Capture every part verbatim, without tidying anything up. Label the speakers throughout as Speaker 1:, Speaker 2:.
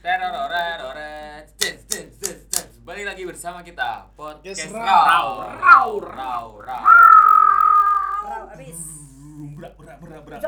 Speaker 1: Terororet, balik lagi bersama kita podcast
Speaker 2: Yes,
Speaker 1: Raw, Raw, Raw, Raw.
Speaker 3: Raw abis.
Speaker 2: Berak, berak, berak, berak.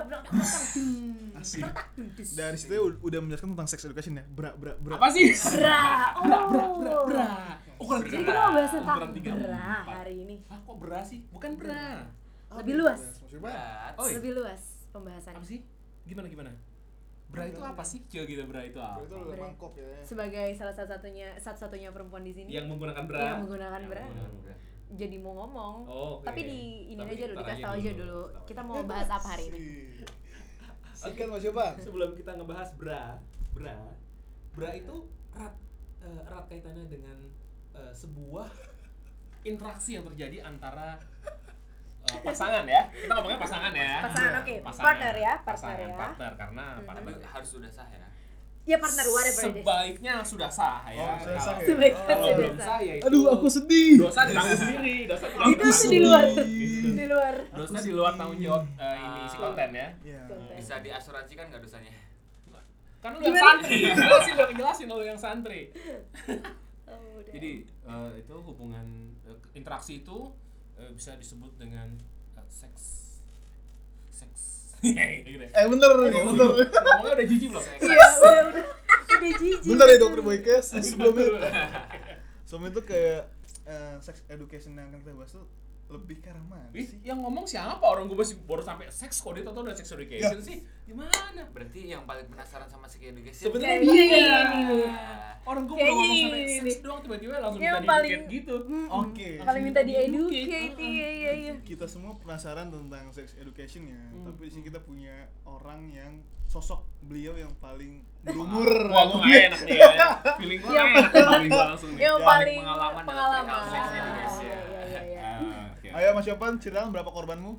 Speaker 3: Asik.
Speaker 2: Dari situ ya udah menjelaskan tentang sex education ya. Berak, berak, berak.
Speaker 4: Apa sih?
Speaker 3: Bra.
Speaker 4: Berak, berak, berak, berak. Ukuran
Speaker 3: Jadi
Speaker 4: tiga.
Speaker 3: kita mau bahas tentang
Speaker 4: Ukuran tiga,
Speaker 3: bra
Speaker 4: empat.
Speaker 3: hari ini.
Speaker 4: Ah, kok bra sih? Bukan bra.
Speaker 3: Lebih luas.
Speaker 1: Berat.
Speaker 4: Oh, iya.
Speaker 3: Lebih luas pembahasannya.
Speaker 4: Apa sih? Gimana gimana? Bra itu apa sih? Coba gitu, bra itu apa?
Speaker 2: Itu udah mangkok ya.
Speaker 3: Sebagai salah satunya satu-satunya perempuan di sini
Speaker 4: Yang menggunakan bra.
Speaker 3: yang menggunakan
Speaker 1: Yang
Speaker 3: bra.
Speaker 1: menggunakan bra.
Speaker 3: Jadi mau ngomong.
Speaker 4: Oh, oke.
Speaker 3: Tapi di ini
Speaker 4: Tapi
Speaker 3: aja dulu,
Speaker 4: ntar
Speaker 3: dikasih tahu aja dulu. Kita mau bahas apa hari ini?
Speaker 2: Sikat Mas Yoban.
Speaker 4: Sebelum kita ngebahas bra, bra, bra itu erat eh, erat kaitannya dengan eh, sebuah interaksi yang terjadi antara eh, pasangan ya. Kita ngomongnya pasangan ya.
Speaker 3: Pasangan, oke.
Speaker 4: Pasangan.
Speaker 3: Partner ya, partner
Speaker 4: Pasangan,
Speaker 3: ya.
Speaker 4: partner karena
Speaker 3: Mhm.
Speaker 4: partner
Speaker 1: Tapi harus sudah sah ya.
Speaker 3: Ya partner whatever it is.
Speaker 4: sebaiknya sudah sah ya.
Speaker 2: Oh, sudah sah
Speaker 4: Kalau-
Speaker 2: ya?
Speaker 3: Sebaiknya
Speaker 4: Kalau
Speaker 3: sudah
Speaker 4: belum
Speaker 3: sah.
Speaker 4: sah ya itu
Speaker 2: Aduh, aku sedih.
Speaker 4: dosa ditanggung sendiri, dosa
Speaker 3: Itu
Speaker 4: ditanggung
Speaker 3: tuh di luar.
Speaker 2: sedih.
Speaker 3: Di luar.
Speaker 4: dosa di luar tanggung jawab eh, ini si konten ya.
Speaker 2: Iya.
Speaker 1: Bisa diasuransikan nggak dosanya?
Speaker 4: Kan lu yang
Speaker 3: Gimana?
Speaker 4: santri, jelasin lu jelasin lu yang santri.
Speaker 3: Oh, udah.
Speaker 4: Jadi eh, itu hubungan eh, interaksi itu eh, bisa disebut dengan eh, seks seks. Gitu ya.
Speaker 2: Eh bener, bener.
Speaker 4: Ngomongnya udah jijik belum?
Speaker 3: Iya, udah udah. Udah jijik.
Speaker 2: Bentar ya dokter Boykes. Sebelumnya sebelumnya itu kayak eh, sex education yang akan kita bahas tuh lebih ke arah mana
Speaker 4: Ih,
Speaker 2: sih?
Speaker 4: yang ngomong siapa? Orang gue masih baru sampai seks kok dia tau udah sex education
Speaker 2: Ya.
Speaker 4: sih. Gimana?
Speaker 1: Berarti yang paling penasaran sama sex education
Speaker 4: Sebenarnya
Speaker 3: Kayaknya
Speaker 4: iya.
Speaker 3: ini.
Speaker 4: Orang gue
Speaker 3: Kayaknya
Speaker 4: baru ngomong sampai
Speaker 3: ini.
Speaker 4: seks doang tiba-tiba langsung
Speaker 3: Yang
Speaker 4: minta
Speaker 3: paling-
Speaker 4: di gitu.
Speaker 2: Oke.
Speaker 3: Paling minta di
Speaker 4: Educate.
Speaker 3: educate. Iya, iya, iya.
Speaker 2: Kita semua penasaran tentang sex education ya,
Speaker 4: Hmm.
Speaker 2: tapi di sini kita punya orang yang sosok beliau yang paling berumur.
Speaker 4: Wah, gue gak enak nih ya. Feeling gue
Speaker 3: Yang
Speaker 4: gak enak feeling gue langsung nih.
Speaker 3: Yang
Speaker 2: Ya,
Speaker 3: paling
Speaker 1: pengalaman dalam
Speaker 3: pengalaman.
Speaker 1: perihal sex education.
Speaker 3: Iya, iya, iya.
Speaker 4: Ah, oke.
Speaker 2: Ayo Mas Yoban, ceritakan berapa korbanmu?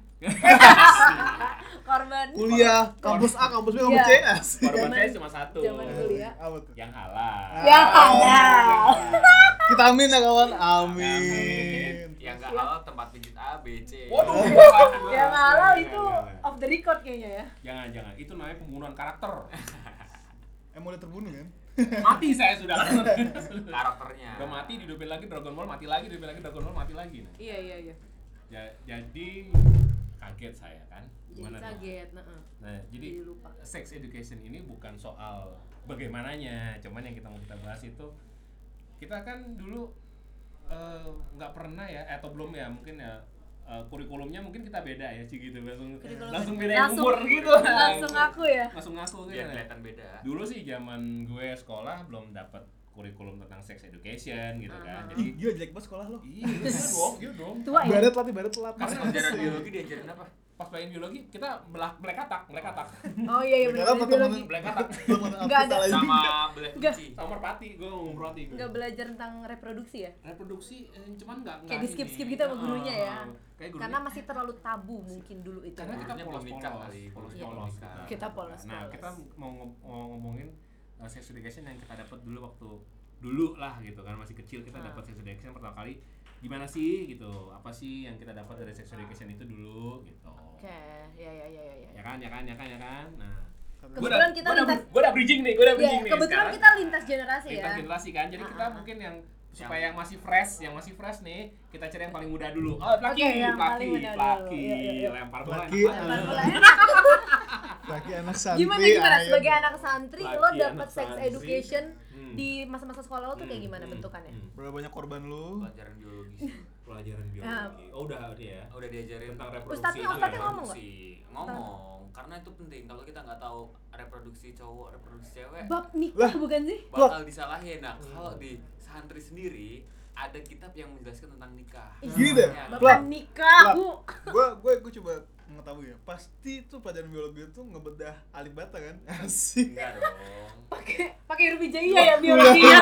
Speaker 3: Korban
Speaker 2: Kuliah, kampus A, kampus B, kampus
Speaker 3: Iya.
Speaker 2: C. Asik.
Speaker 4: Korban
Speaker 3: Zaman-
Speaker 4: saya cuma satu.
Speaker 3: zaman kuliah.
Speaker 2: Apa tuh?
Speaker 4: Yang halal.
Speaker 3: Ya halal.
Speaker 2: Kita amin ya kawan. Amin.
Speaker 4: Amin.
Speaker 1: Yang nggak halal tempat pijit A, B, C.
Speaker 4: Waduh.
Speaker 3: Yang halal
Speaker 4: Jangan,
Speaker 3: itu
Speaker 4: jangan.
Speaker 3: off the record kayaknya ya.
Speaker 4: Jangan, jangan. Itu namanya pembunuhan karakter.
Speaker 2: Eh mau dia terbunuh kan?
Speaker 4: Mati saya sudah.
Speaker 1: Karakternya.
Speaker 4: Udah mati, dihidupin lagi Dragon Ball, mati lagi, dihidupin lagi Dragon Ball, mati lagi. Nah.
Speaker 3: Iya, iya, iya.
Speaker 4: Ja- jadi kaget saya kan.
Speaker 3: Jadi
Speaker 4: Gimana dong?
Speaker 3: kaget, heeh.
Speaker 4: Nah, jadi
Speaker 3: Jadi lupa.
Speaker 4: sex education ini bukan soal bagaimananya, cuman yang kita mau kita bahas itu kita kan dulu eh, nggak pernah ya, eh, atau belum ya, mungkin ya eh, kurikulumnya mungkin kita beda ya, sih gitu langsung
Speaker 3: Kurikulum
Speaker 4: langsung
Speaker 3: beda.
Speaker 4: beda
Speaker 3: Langsung-
Speaker 4: umur gitu,
Speaker 3: Langsung aku ya.
Speaker 4: langsung ngaku
Speaker 1: Biar
Speaker 4: gitu.
Speaker 1: kelihatan beda.
Speaker 4: Dulu sih zaman gue sekolah belum dapat kurikulum tentang sex education gitu kan,
Speaker 3: Ah.
Speaker 4: jadi
Speaker 2: Ih, gila jelek banget sekolah lo.
Speaker 4: iya iya dong, iya dong.
Speaker 3: Tua ya.
Speaker 2: Barat telat, nih, barat telat.
Speaker 1: Pas pelajaran biologi diajarin apa?
Speaker 4: Pas pelajaran biologi kita belah belek katak, belek katak,
Speaker 3: Oh iya, iya benar.
Speaker 2: Apa
Speaker 3: Biologi.
Speaker 4: belek katak.
Speaker 3: Nggak ada.
Speaker 1: Sama belah
Speaker 3: Enggak.
Speaker 1: kunci.
Speaker 4: Sama merpati, gue ngomong merpati gue.
Speaker 3: Enggak belajar tentang reproduksi ya?
Speaker 4: Reproduksi eh, cuman nggak
Speaker 3: Kayak di skip-skip gitu sama gurunya ya.
Speaker 4: Kayak gurunya.
Speaker 3: Karena masih terlalu tabu mungkin dulu itu.
Speaker 4: karena kita
Speaker 1: Gurunya
Speaker 4: polos
Speaker 1: belum nikah
Speaker 4: polos,
Speaker 1: kali,
Speaker 4: polos
Speaker 3: Iya.
Speaker 4: polos
Speaker 1: Kita
Speaker 4: kita.
Speaker 3: Kita polos,
Speaker 4: Nah
Speaker 3: polos.
Speaker 4: kita mau, ngom- mau ngomongin uh, sex education yang kita dapat dulu waktu dulu lah gitu kan, masih kecil kita
Speaker 3: Ah.
Speaker 4: dapat sex education pertama kali gimana sih gitu, apa sih yang kita dapat dari sex education itu dulu gitu.
Speaker 3: Oke, ya ya ya ya ya.
Speaker 4: Ya kan, ya kan, ya kan, ya kan. Nah,
Speaker 3: Kebetulan kita
Speaker 4: gua udah,
Speaker 3: lintas-
Speaker 4: gua udah bridging nih, gua udah
Speaker 3: Iya,
Speaker 4: bridging nih.
Speaker 3: kebetulan
Speaker 4: Sekarang
Speaker 3: kita lintas generasi ya.
Speaker 4: lintas generasi kan, jadi
Speaker 3: Ah,
Speaker 4: kita
Speaker 3: ah, ah.
Speaker 4: mungkin yang supaya yang masih fresh, yang masih fresh nih, kita cari yang paling muda dulu. Oh, Plaki,
Speaker 3: Oke, yang
Speaker 4: Plaki,
Speaker 3: paling muda dulu.
Speaker 4: Plaki,
Speaker 3: Iya, iya, iya.
Speaker 4: lempar bola.
Speaker 2: Plaki,
Speaker 4: enak
Speaker 3: Lempar
Speaker 4: banget.
Speaker 3: bola enak.
Speaker 2: Laki anak santri.
Speaker 3: Gimana gimana
Speaker 2: ayo.
Speaker 3: sebagai anak santri
Speaker 4: Laki,
Speaker 3: lo
Speaker 4: anak
Speaker 3: dapat sex
Speaker 4: santri.
Speaker 3: education
Speaker 4: Hmm.
Speaker 3: di masa-masa sekolah lo tuh kayak
Speaker 4: Hmm,
Speaker 3: gimana
Speaker 4: hmm,
Speaker 3: bentukannya?
Speaker 4: hmm.
Speaker 2: Berapa banyak korban lu?
Speaker 1: Pelajaran biologi sih.
Speaker 4: Pelajaran
Speaker 3: Ah.
Speaker 4: biologi. Oh, udah ada ya.
Speaker 1: Udah diajarin
Speaker 4: Tentang reproduksi.
Speaker 3: Ustadznya-
Speaker 4: itu
Speaker 3: ustadznya
Speaker 4: ya?
Speaker 3: ngomong nggak?
Speaker 1: reproduksi. Ngomong, karena itu penting. Kalau kita nggak tahu reproduksi cowok, reproduksi cewek,
Speaker 3: Bab nikah
Speaker 2: Lah.
Speaker 3: bukan sih?
Speaker 1: bakal disalahin. Nah,
Speaker 4: Hmm.
Speaker 1: kalau di santri sendiri ada kitab yang menjelaskan tentang nikah.
Speaker 3: Ih,
Speaker 2: Gitu ya?
Speaker 1: Ya,
Speaker 2: Plak.
Speaker 3: Bapak nikah,
Speaker 2: Plak.
Speaker 3: Bu.
Speaker 2: Gua gua gua coba mengetahui ya. Pasti tuh pelajaran biologi itu ngebedah alif bata kan? Asik.
Speaker 1: enggak dong.
Speaker 3: Pakai pakai huruf hijaiyah ya biologinya.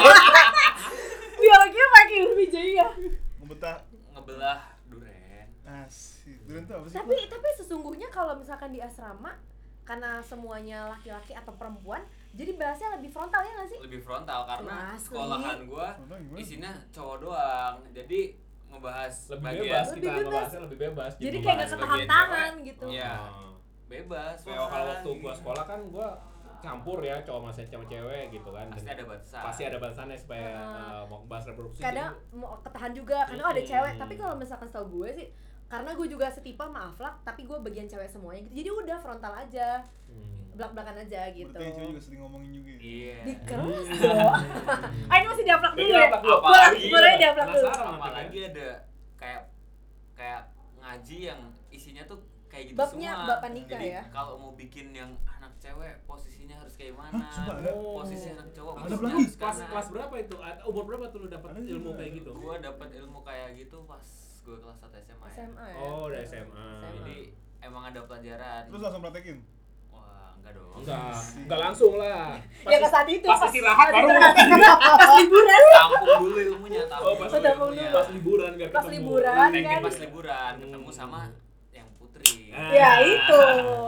Speaker 3: Biologinya pakai huruf hijaiyah.
Speaker 2: Ngebedah
Speaker 1: Ngebelah duren.
Speaker 2: asik. Durian tuh apa sih?
Speaker 3: Tapi tapi sesungguhnya kalau misalkan di asrama karena semuanya laki-laki atau perempuan, jadi bahasnya lebih frontal ya nggak sih?
Speaker 1: Lebih frontal karena
Speaker 3: Asli.
Speaker 1: sekolahan gua
Speaker 2: Frontal gimana?
Speaker 1: isinya cowok doang. Jadi ngebahas
Speaker 4: Lebih
Speaker 1: bagian
Speaker 4: bebas
Speaker 3: Lebih
Speaker 4: kita
Speaker 3: bebas.
Speaker 4: ngebahasnya lebih bebas.
Speaker 3: Jadi
Speaker 4: ngebahas
Speaker 3: kayak nggak
Speaker 1: bagian
Speaker 3: ketahan tangan
Speaker 1: cewek.
Speaker 3: gitu.
Speaker 1: Iya.
Speaker 4: Oh.
Speaker 1: bebas.
Speaker 4: Kayak kalau waktu gua sekolah kan gua campur ya cowok sama sama cewek gitu kan.
Speaker 1: Pasti
Speaker 4: Dan
Speaker 1: ada batasan.
Speaker 4: pasti ada batasannya supaya
Speaker 3: Ah.
Speaker 4: uh, mau bahas reproduksi.
Speaker 3: Kadang
Speaker 4: jadi-
Speaker 3: mau ketahan juga karena oh, ada
Speaker 4: Hmm.
Speaker 3: cewek, tapi kalau misalkan setahu gue sih karena gue juga setipe sama Aflak, tapi gue bagian cewek semuanya gitu. Jadi udah frontal aja,
Speaker 4: Hmm.
Speaker 3: belak-belakan aja gitu.
Speaker 2: Berarti yang cewek juga sering ngomongin juga ya?
Speaker 1: Iya.
Speaker 3: Di keras dong. Ah ini masih di Aflak dulu
Speaker 4: Ini
Speaker 3: ya?
Speaker 4: Aflak dulu.
Speaker 3: Boleh,
Speaker 1: Apalagi.
Speaker 3: boleh di Aflak dulu.
Speaker 4: Penasaran.
Speaker 1: Apalagi ada kayak kayak ngaji yang isinya tuh kayak gitu
Speaker 3: Babnya
Speaker 1: semua.
Speaker 3: bab nikah
Speaker 1: Jadi
Speaker 3: ya?
Speaker 1: kalau mau bikin yang anak cewek posisinya harus kayak mana?
Speaker 2: Hah, sumpah ada?
Speaker 1: Posisi anak cowok
Speaker 2: Ada
Speaker 1: posisinya
Speaker 2: lagi?
Speaker 1: harus
Speaker 4: kelas
Speaker 1: kanan.
Speaker 4: kelas berapa itu? At- Umur berapa tuh lu dapat
Speaker 2: Ada
Speaker 4: ilmu
Speaker 2: juga.
Speaker 4: kayak gitu?
Speaker 1: Gua dapat ilmu kayak gitu pas gua kelas satu S M A.
Speaker 3: S
Speaker 1: Ya.
Speaker 3: M A ya?
Speaker 4: Oh, udah S M A.
Speaker 3: S M A.
Speaker 1: Jadi emang ada pelajaran.
Speaker 2: Terus langsung praktekin?
Speaker 1: Wah, enggak dong.
Speaker 4: Enggak, enggak langsung lah.
Speaker 3: Ya ke saat itu
Speaker 4: pas istirahat baru.
Speaker 3: pas liburan.
Speaker 1: Tampung dulu ilmunya, tampung.
Speaker 4: Oh, pas
Speaker 1: dulu
Speaker 3: tampung
Speaker 1: ilmunya.
Speaker 3: dulu.
Speaker 4: Pas liburan biar
Speaker 3: Pas
Speaker 4: ketemu.
Speaker 3: liburan.
Speaker 1: Teknik
Speaker 3: kan?
Speaker 1: pas liburan ketemu
Speaker 4: Hmm.
Speaker 1: sama yang putri.
Speaker 4: Ah.
Speaker 3: Ya itu.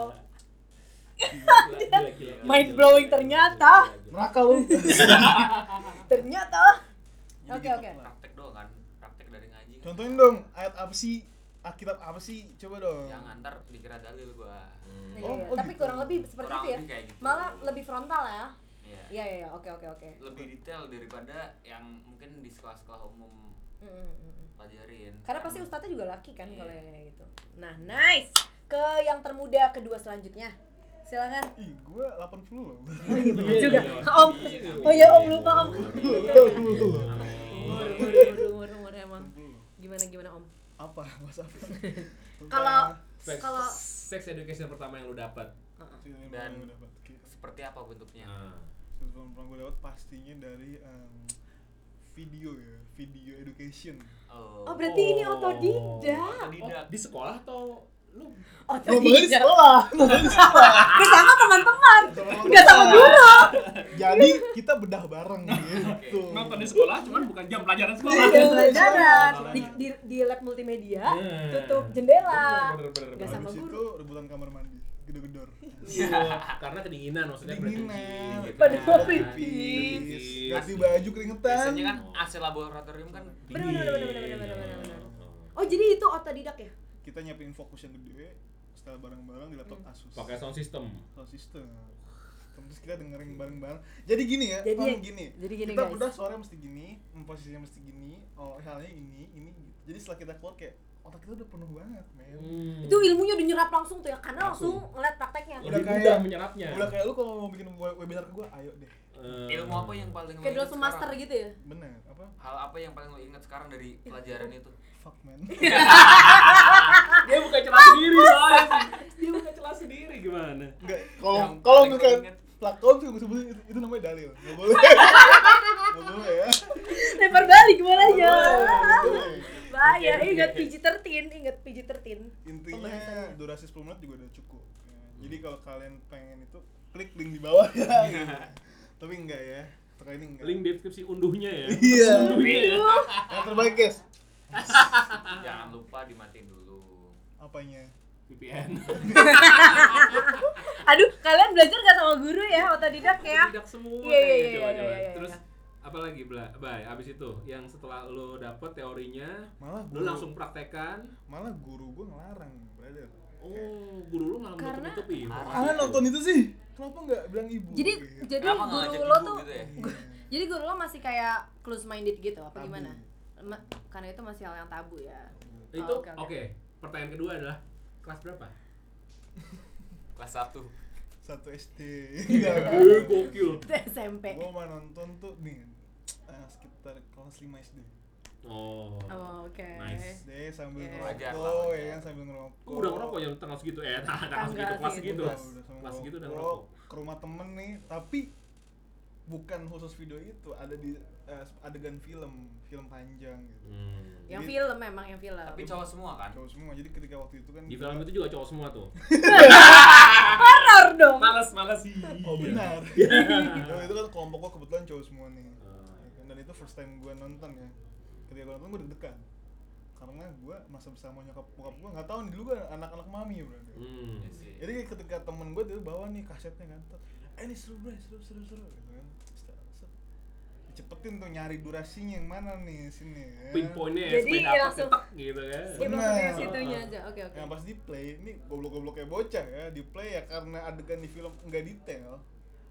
Speaker 4: Gila, gila, gila,
Speaker 3: Mind
Speaker 4: gila,
Speaker 3: blowing
Speaker 4: gila,
Speaker 3: ternyata.
Speaker 4: gila, gila.
Speaker 2: Neraka lu!
Speaker 3: Ternyata.
Speaker 2: Jadi
Speaker 3: Oke,
Speaker 2: gitu
Speaker 3: oke.
Speaker 2: lah.
Speaker 1: Praktek doang kan, praktek dari ngaji. kan.
Speaker 2: Contohin dong, ayat apa sih? Alkitab apa sih? Coba dong.
Speaker 1: Jangan ntar dikira dalil gua.
Speaker 4: Hmm.
Speaker 3: Iya,
Speaker 2: Oh,
Speaker 3: iya.
Speaker 2: oh
Speaker 3: Tapi
Speaker 2: gitu.
Speaker 3: kurang lebih seperti
Speaker 1: Kurang
Speaker 3: itu ya.
Speaker 1: lebih kayak gitu.
Speaker 3: Malah lebih frontal ya.
Speaker 1: Iya.
Speaker 3: Iya iya iya, oke oke oke.
Speaker 1: Lebih detail daripada yang mungkin di sekolah-sekolah umum
Speaker 3: Mm, mm, mm, mm.
Speaker 1: pelajarin.
Speaker 3: Karena pasti ustadznya juga laki kan
Speaker 1: Iya.
Speaker 3: kalau yang kayak gitu. Nah, nice. Ke yang termuda kedua selanjutnya. Silakan.
Speaker 2: Ih, gue delapan puluh loh.
Speaker 3: Oh iya benar
Speaker 4: Iya,
Speaker 3: juga.
Speaker 4: iya.
Speaker 3: Om. Oh iya Om lupa Om.
Speaker 2: delapan puluh loh.
Speaker 3: Umur umur umur umur emang.
Speaker 2: delapan puluh.
Speaker 3: Gimana gimana Om?
Speaker 2: Apa? Mas apa?
Speaker 3: Kalau
Speaker 4: Sex,
Speaker 3: kalau
Speaker 4: sex education pertama yang lu dapat.
Speaker 1: Dan-
Speaker 2: gue dapat.
Speaker 1: Seperti apa bentuknya?
Speaker 4: Nah.
Speaker 2: Sebelum pernah gue dapat pastinya dari em, video ya, video education.
Speaker 1: Oh.
Speaker 3: Oh berarti ini otodidak.
Speaker 1: Otodidak.
Speaker 4: Oh, di sekolah atau lu?
Speaker 2: Belum di
Speaker 3: Otodidak.
Speaker 2: sekolah, belum di sekolah.
Speaker 3: Bersama teman-teman. Enggak sama guru.
Speaker 2: Jadi kita bedah bareng gitu.
Speaker 4: Nonton di sekolah cuman bukan jam pelajaran sekolah.
Speaker 3: Iya, pelajaran di, di di lab multimedia,
Speaker 4: Hmm.
Speaker 3: tutup jendela.
Speaker 4: Bener, bener,
Speaker 3: Nggak
Speaker 4: bener.
Speaker 3: sama
Speaker 2: Habis
Speaker 3: guru.
Speaker 2: itu rebutan kamar mandi, gedor-gedor.
Speaker 4: Iya, karena kedinginan maksudnya
Speaker 2: Kedinginan.
Speaker 4: berkencing gitu.
Speaker 3: Pada
Speaker 4: kan.
Speaker 3: pipis.
Speaker 4: Pipis.
Speaker 2: Ganti baju keringetan.
Speaker 1: Biasanya kan A C laboratorium kan
Speaker 3: Bener, bener, bener, bener, bener, bener, bener, bener.
Speaker 4: Oh.
Speaker 3: Oh jadi itu otodidak ya?
Speaker 2: Kita nyiapin fokus yang gede, setelah bareng-bareng di laptop
Speaker 3: Hmm.
Speaker 2: Asus.
Speaker 4: Pakai sound system.
Speaker 2: sound system. Terus kita dengerin bareng-bareng. Jadi gini ya,
Speaker 3: Jadi-
Speaker 2: paham gini.
Speaker 3: jadi gini,
Speaker 2: kita
Speaker 3: guys.
Speaker 2: udah suara mesti gini, posisinya mesti gini, oh halnya ini, ini gitu. Jadi setelah kita keluar kayak otak kita udah penuh banget, men.
Speaker 4: Hmm.
Speaker 3: Itu ilmunya udah nyerap langsung tuh ya, karena langsung,
Speaker 4: Langsung.
Speaker 3: ngeliat prakteknya.
Speaker 2: Udah
Speaker 4: Lebih
Speaker 2: kayak-
Speaker 4: mudah menyerapnya.
Speaker 2: Udah kayak lu kalau mau bikin web- webinar ke gua, ayo deh.
Speaker 4: Eh,
Speaker 1: ilmu apa yang paling lo
Speaker 3: Kayak
Speaker 1: ingat
Speaker 3: langsung master
Speaker 1: sekarang?
Speaker 3: gitu ya.
Speaker 2: Bener, apa?
Speaker 1: Hal apa yang paling lo ingat sekarang dari pelajaran itu?
Speaker 2: Fuck man.
Speaker 4: Dia buka celah sendiri soalnya. Dia buka celah sendiri gimana?
Speaker 2: Enggak, kalau
Speaker 1: Yang
Speaker 2: kalau
Speaker 1: paling
Speaker 2: misalkan
Speaker 1: inget.
Speaker 2: plakon sih gue sebutin itu, itu namanya dalil. Enggak boleh. Enggak boleh ya.
Speaker 3: Lempar balik gimana
Speaker 2: Nggak
Speaker 3: ya?
Speaker 2: boleh, nggak boleh.
Speaker 3: Bahaya,
Speaker 1: Oke,
Speaker 3: ingat
Speaker 1: oke.
Speaker 3: P G thirteen, ingat P G thirteen.
Speaker 2: Intinya
Speaker 3: Pembahasannya.
Speaker 2: durasi sepuluh menit juga udah cukup. Ya. Jadi kalau kalian pengen itu klik link di bawah ya. gitu. Tapi enggak ya. Terkait ini enggak.
Speaker 4: Link deskripsi unduhnya ya.
Speaker 2: Iya.
Speaker 4: Unduhnya ya.
Speaker 2: Yang terbaik guys.
Speaker 1: Jangan lupa dimatiin dulu.
Speaker 2: Apanya?
Speaker 4: V P N.
Speaker 3: Aduh, kalian belajar gak sama guru ya, otodidak ya?
Speaker 4: Tidak semua.
Speaker 3: Iya, iya,
Speaker 4: kayaknya.
Speaker 3: iya,
Speaker 4: Coba,
Speaker 3: iya,
Speaker 4: coba.
Speaker 3: iya, iya.
Speaker 4: Terus apalagi Bla- Bay, abis itu yang setelah lo dapet teorinya,
Speaker 2: Malah
Speaker 4: lo
Speaker 2: guru,
Speaker 4: langsung praktekan.
Speaker 2: malah guru gue ngelarang, brother.
Speaker 4: Oh, guru lo malah
Speaker 3: Karena-
Speaker 4: nutup-nutupi.
Speaker 2: Ah, nonton itu sih. Kenapa enggak bilang ibu?
Speaker 3: Jadi
Speaker 2: Gitu.
Speaker 3: jadi
Speaker 1: Kenapa nggak
Speaker 3: guru
Speaker 1: ngajak
Speaker 3: lo
Speaker 1: ibu
Speaker 3: tuh
Speaker 1: gitu ya?
Speaker 2: Iya.
Speaker 3: jadi guru lo masih kayak close minded gitu apa
Speaker 2: Tabu.
Speaker 3: gimana? Ma- karena itu masih hal yang tabu ya.
Speaker 4: Itu
Speaker 3: Oh,
Speaker 4: oke.
Speaker 3: oke, oke.
Speaker 4: Pertanyaan kedua adalah kelas berapa?
Speaker 1: Kelas satu.
Speaker 2: Satu S D.
Speaker 4: Eh, gokil.
Speaker 3: Itu S M P.
Speaker 2: Gue mah nonton tuh nih eh, sekitar kelas lima S D.
Speaker 4: Oh.
Speaker 3: Oh, oke.
Speaker 4: Nice.
Speaker 2: S D sambil
Speaker 3: Iya.
Speaker 1: Wajar lah,
Speaker 2: ngerokok
Speaker 1: wajar.
Speaker 2: ya kan sambil ngerokok.
Speaker 4: Oh, udah ngerokok yang tengah segitu eh nah, tengah
Speaker 3: Tanggal
Speaker 4: segitu kelas
Speaker 3: segitu.
Speaker 4: segitu.
Speaker 2: Udah, udah sama
Speaker 4: Kelas segitu udah
Speaker 2: ngerokok,
Speaker 4: ngerokok.
Speaker 2: ke rumah temen nih, tapi bukan khusus video itu, ada di eh, adegan film, film panjang gitu.
Speaker 4: Hmm.
Speaker 3: Yang
Speaker 2: Jadi-
Speaker 3: film memang yang film.
Speaker 1: Tapi cowok semua kan?
Speaker 2: Cowok semua. Jadi ketika waktu itu kan
Speaker 4: Di
Speaker 2: kita-
Speaker 4: film itu juga cowok semua tuh.
Speaker 3: Horor dong.
Speaker 4: Males, males sih.
Speaker 2: Oh benar.
Speaker 4: Iya.
Speaker 2: Ya, itu kan kelompok gua kebetulan cowok semua nih.
Speaker 4: Oh.
Speaker 2: Ya kan, dan itu first time gua nonton ya. Ketika gua nonton gua deg-degan. Karena gua masa bersama nyokap bokap gua nggak tahu nih, dulu gua anak-anak mami ya, Bro.
Speaker 4: Hmm.
Speaker 1: Iya sih.
Speaker 2: Jadi ketika temen gua dia bawa nih kasetnya kan. Tet, Eh ini seru bro, seru seru seru gitu kan. Set, set. Dicepetin tuh nyari durasinya yang mana nih sini ya.
Speaker 4: Pinpointnya ya,
Speaker 3: Jadi,
Speaker 4: supaya
Speaker 3: ya
Speaker 4: dapet
Speaker 3: langsung-
Speaker 4: cetek gitu kan.
Speaker 3: Dia
Speaker 2: Benar.
Speaker 3: maksudnya ke situnya aja. Oke, oke.
Speaker 2: Yang pas di play, ini goblok-goblok kayak bocah ya, di play ya karena adegan di film nggak detail.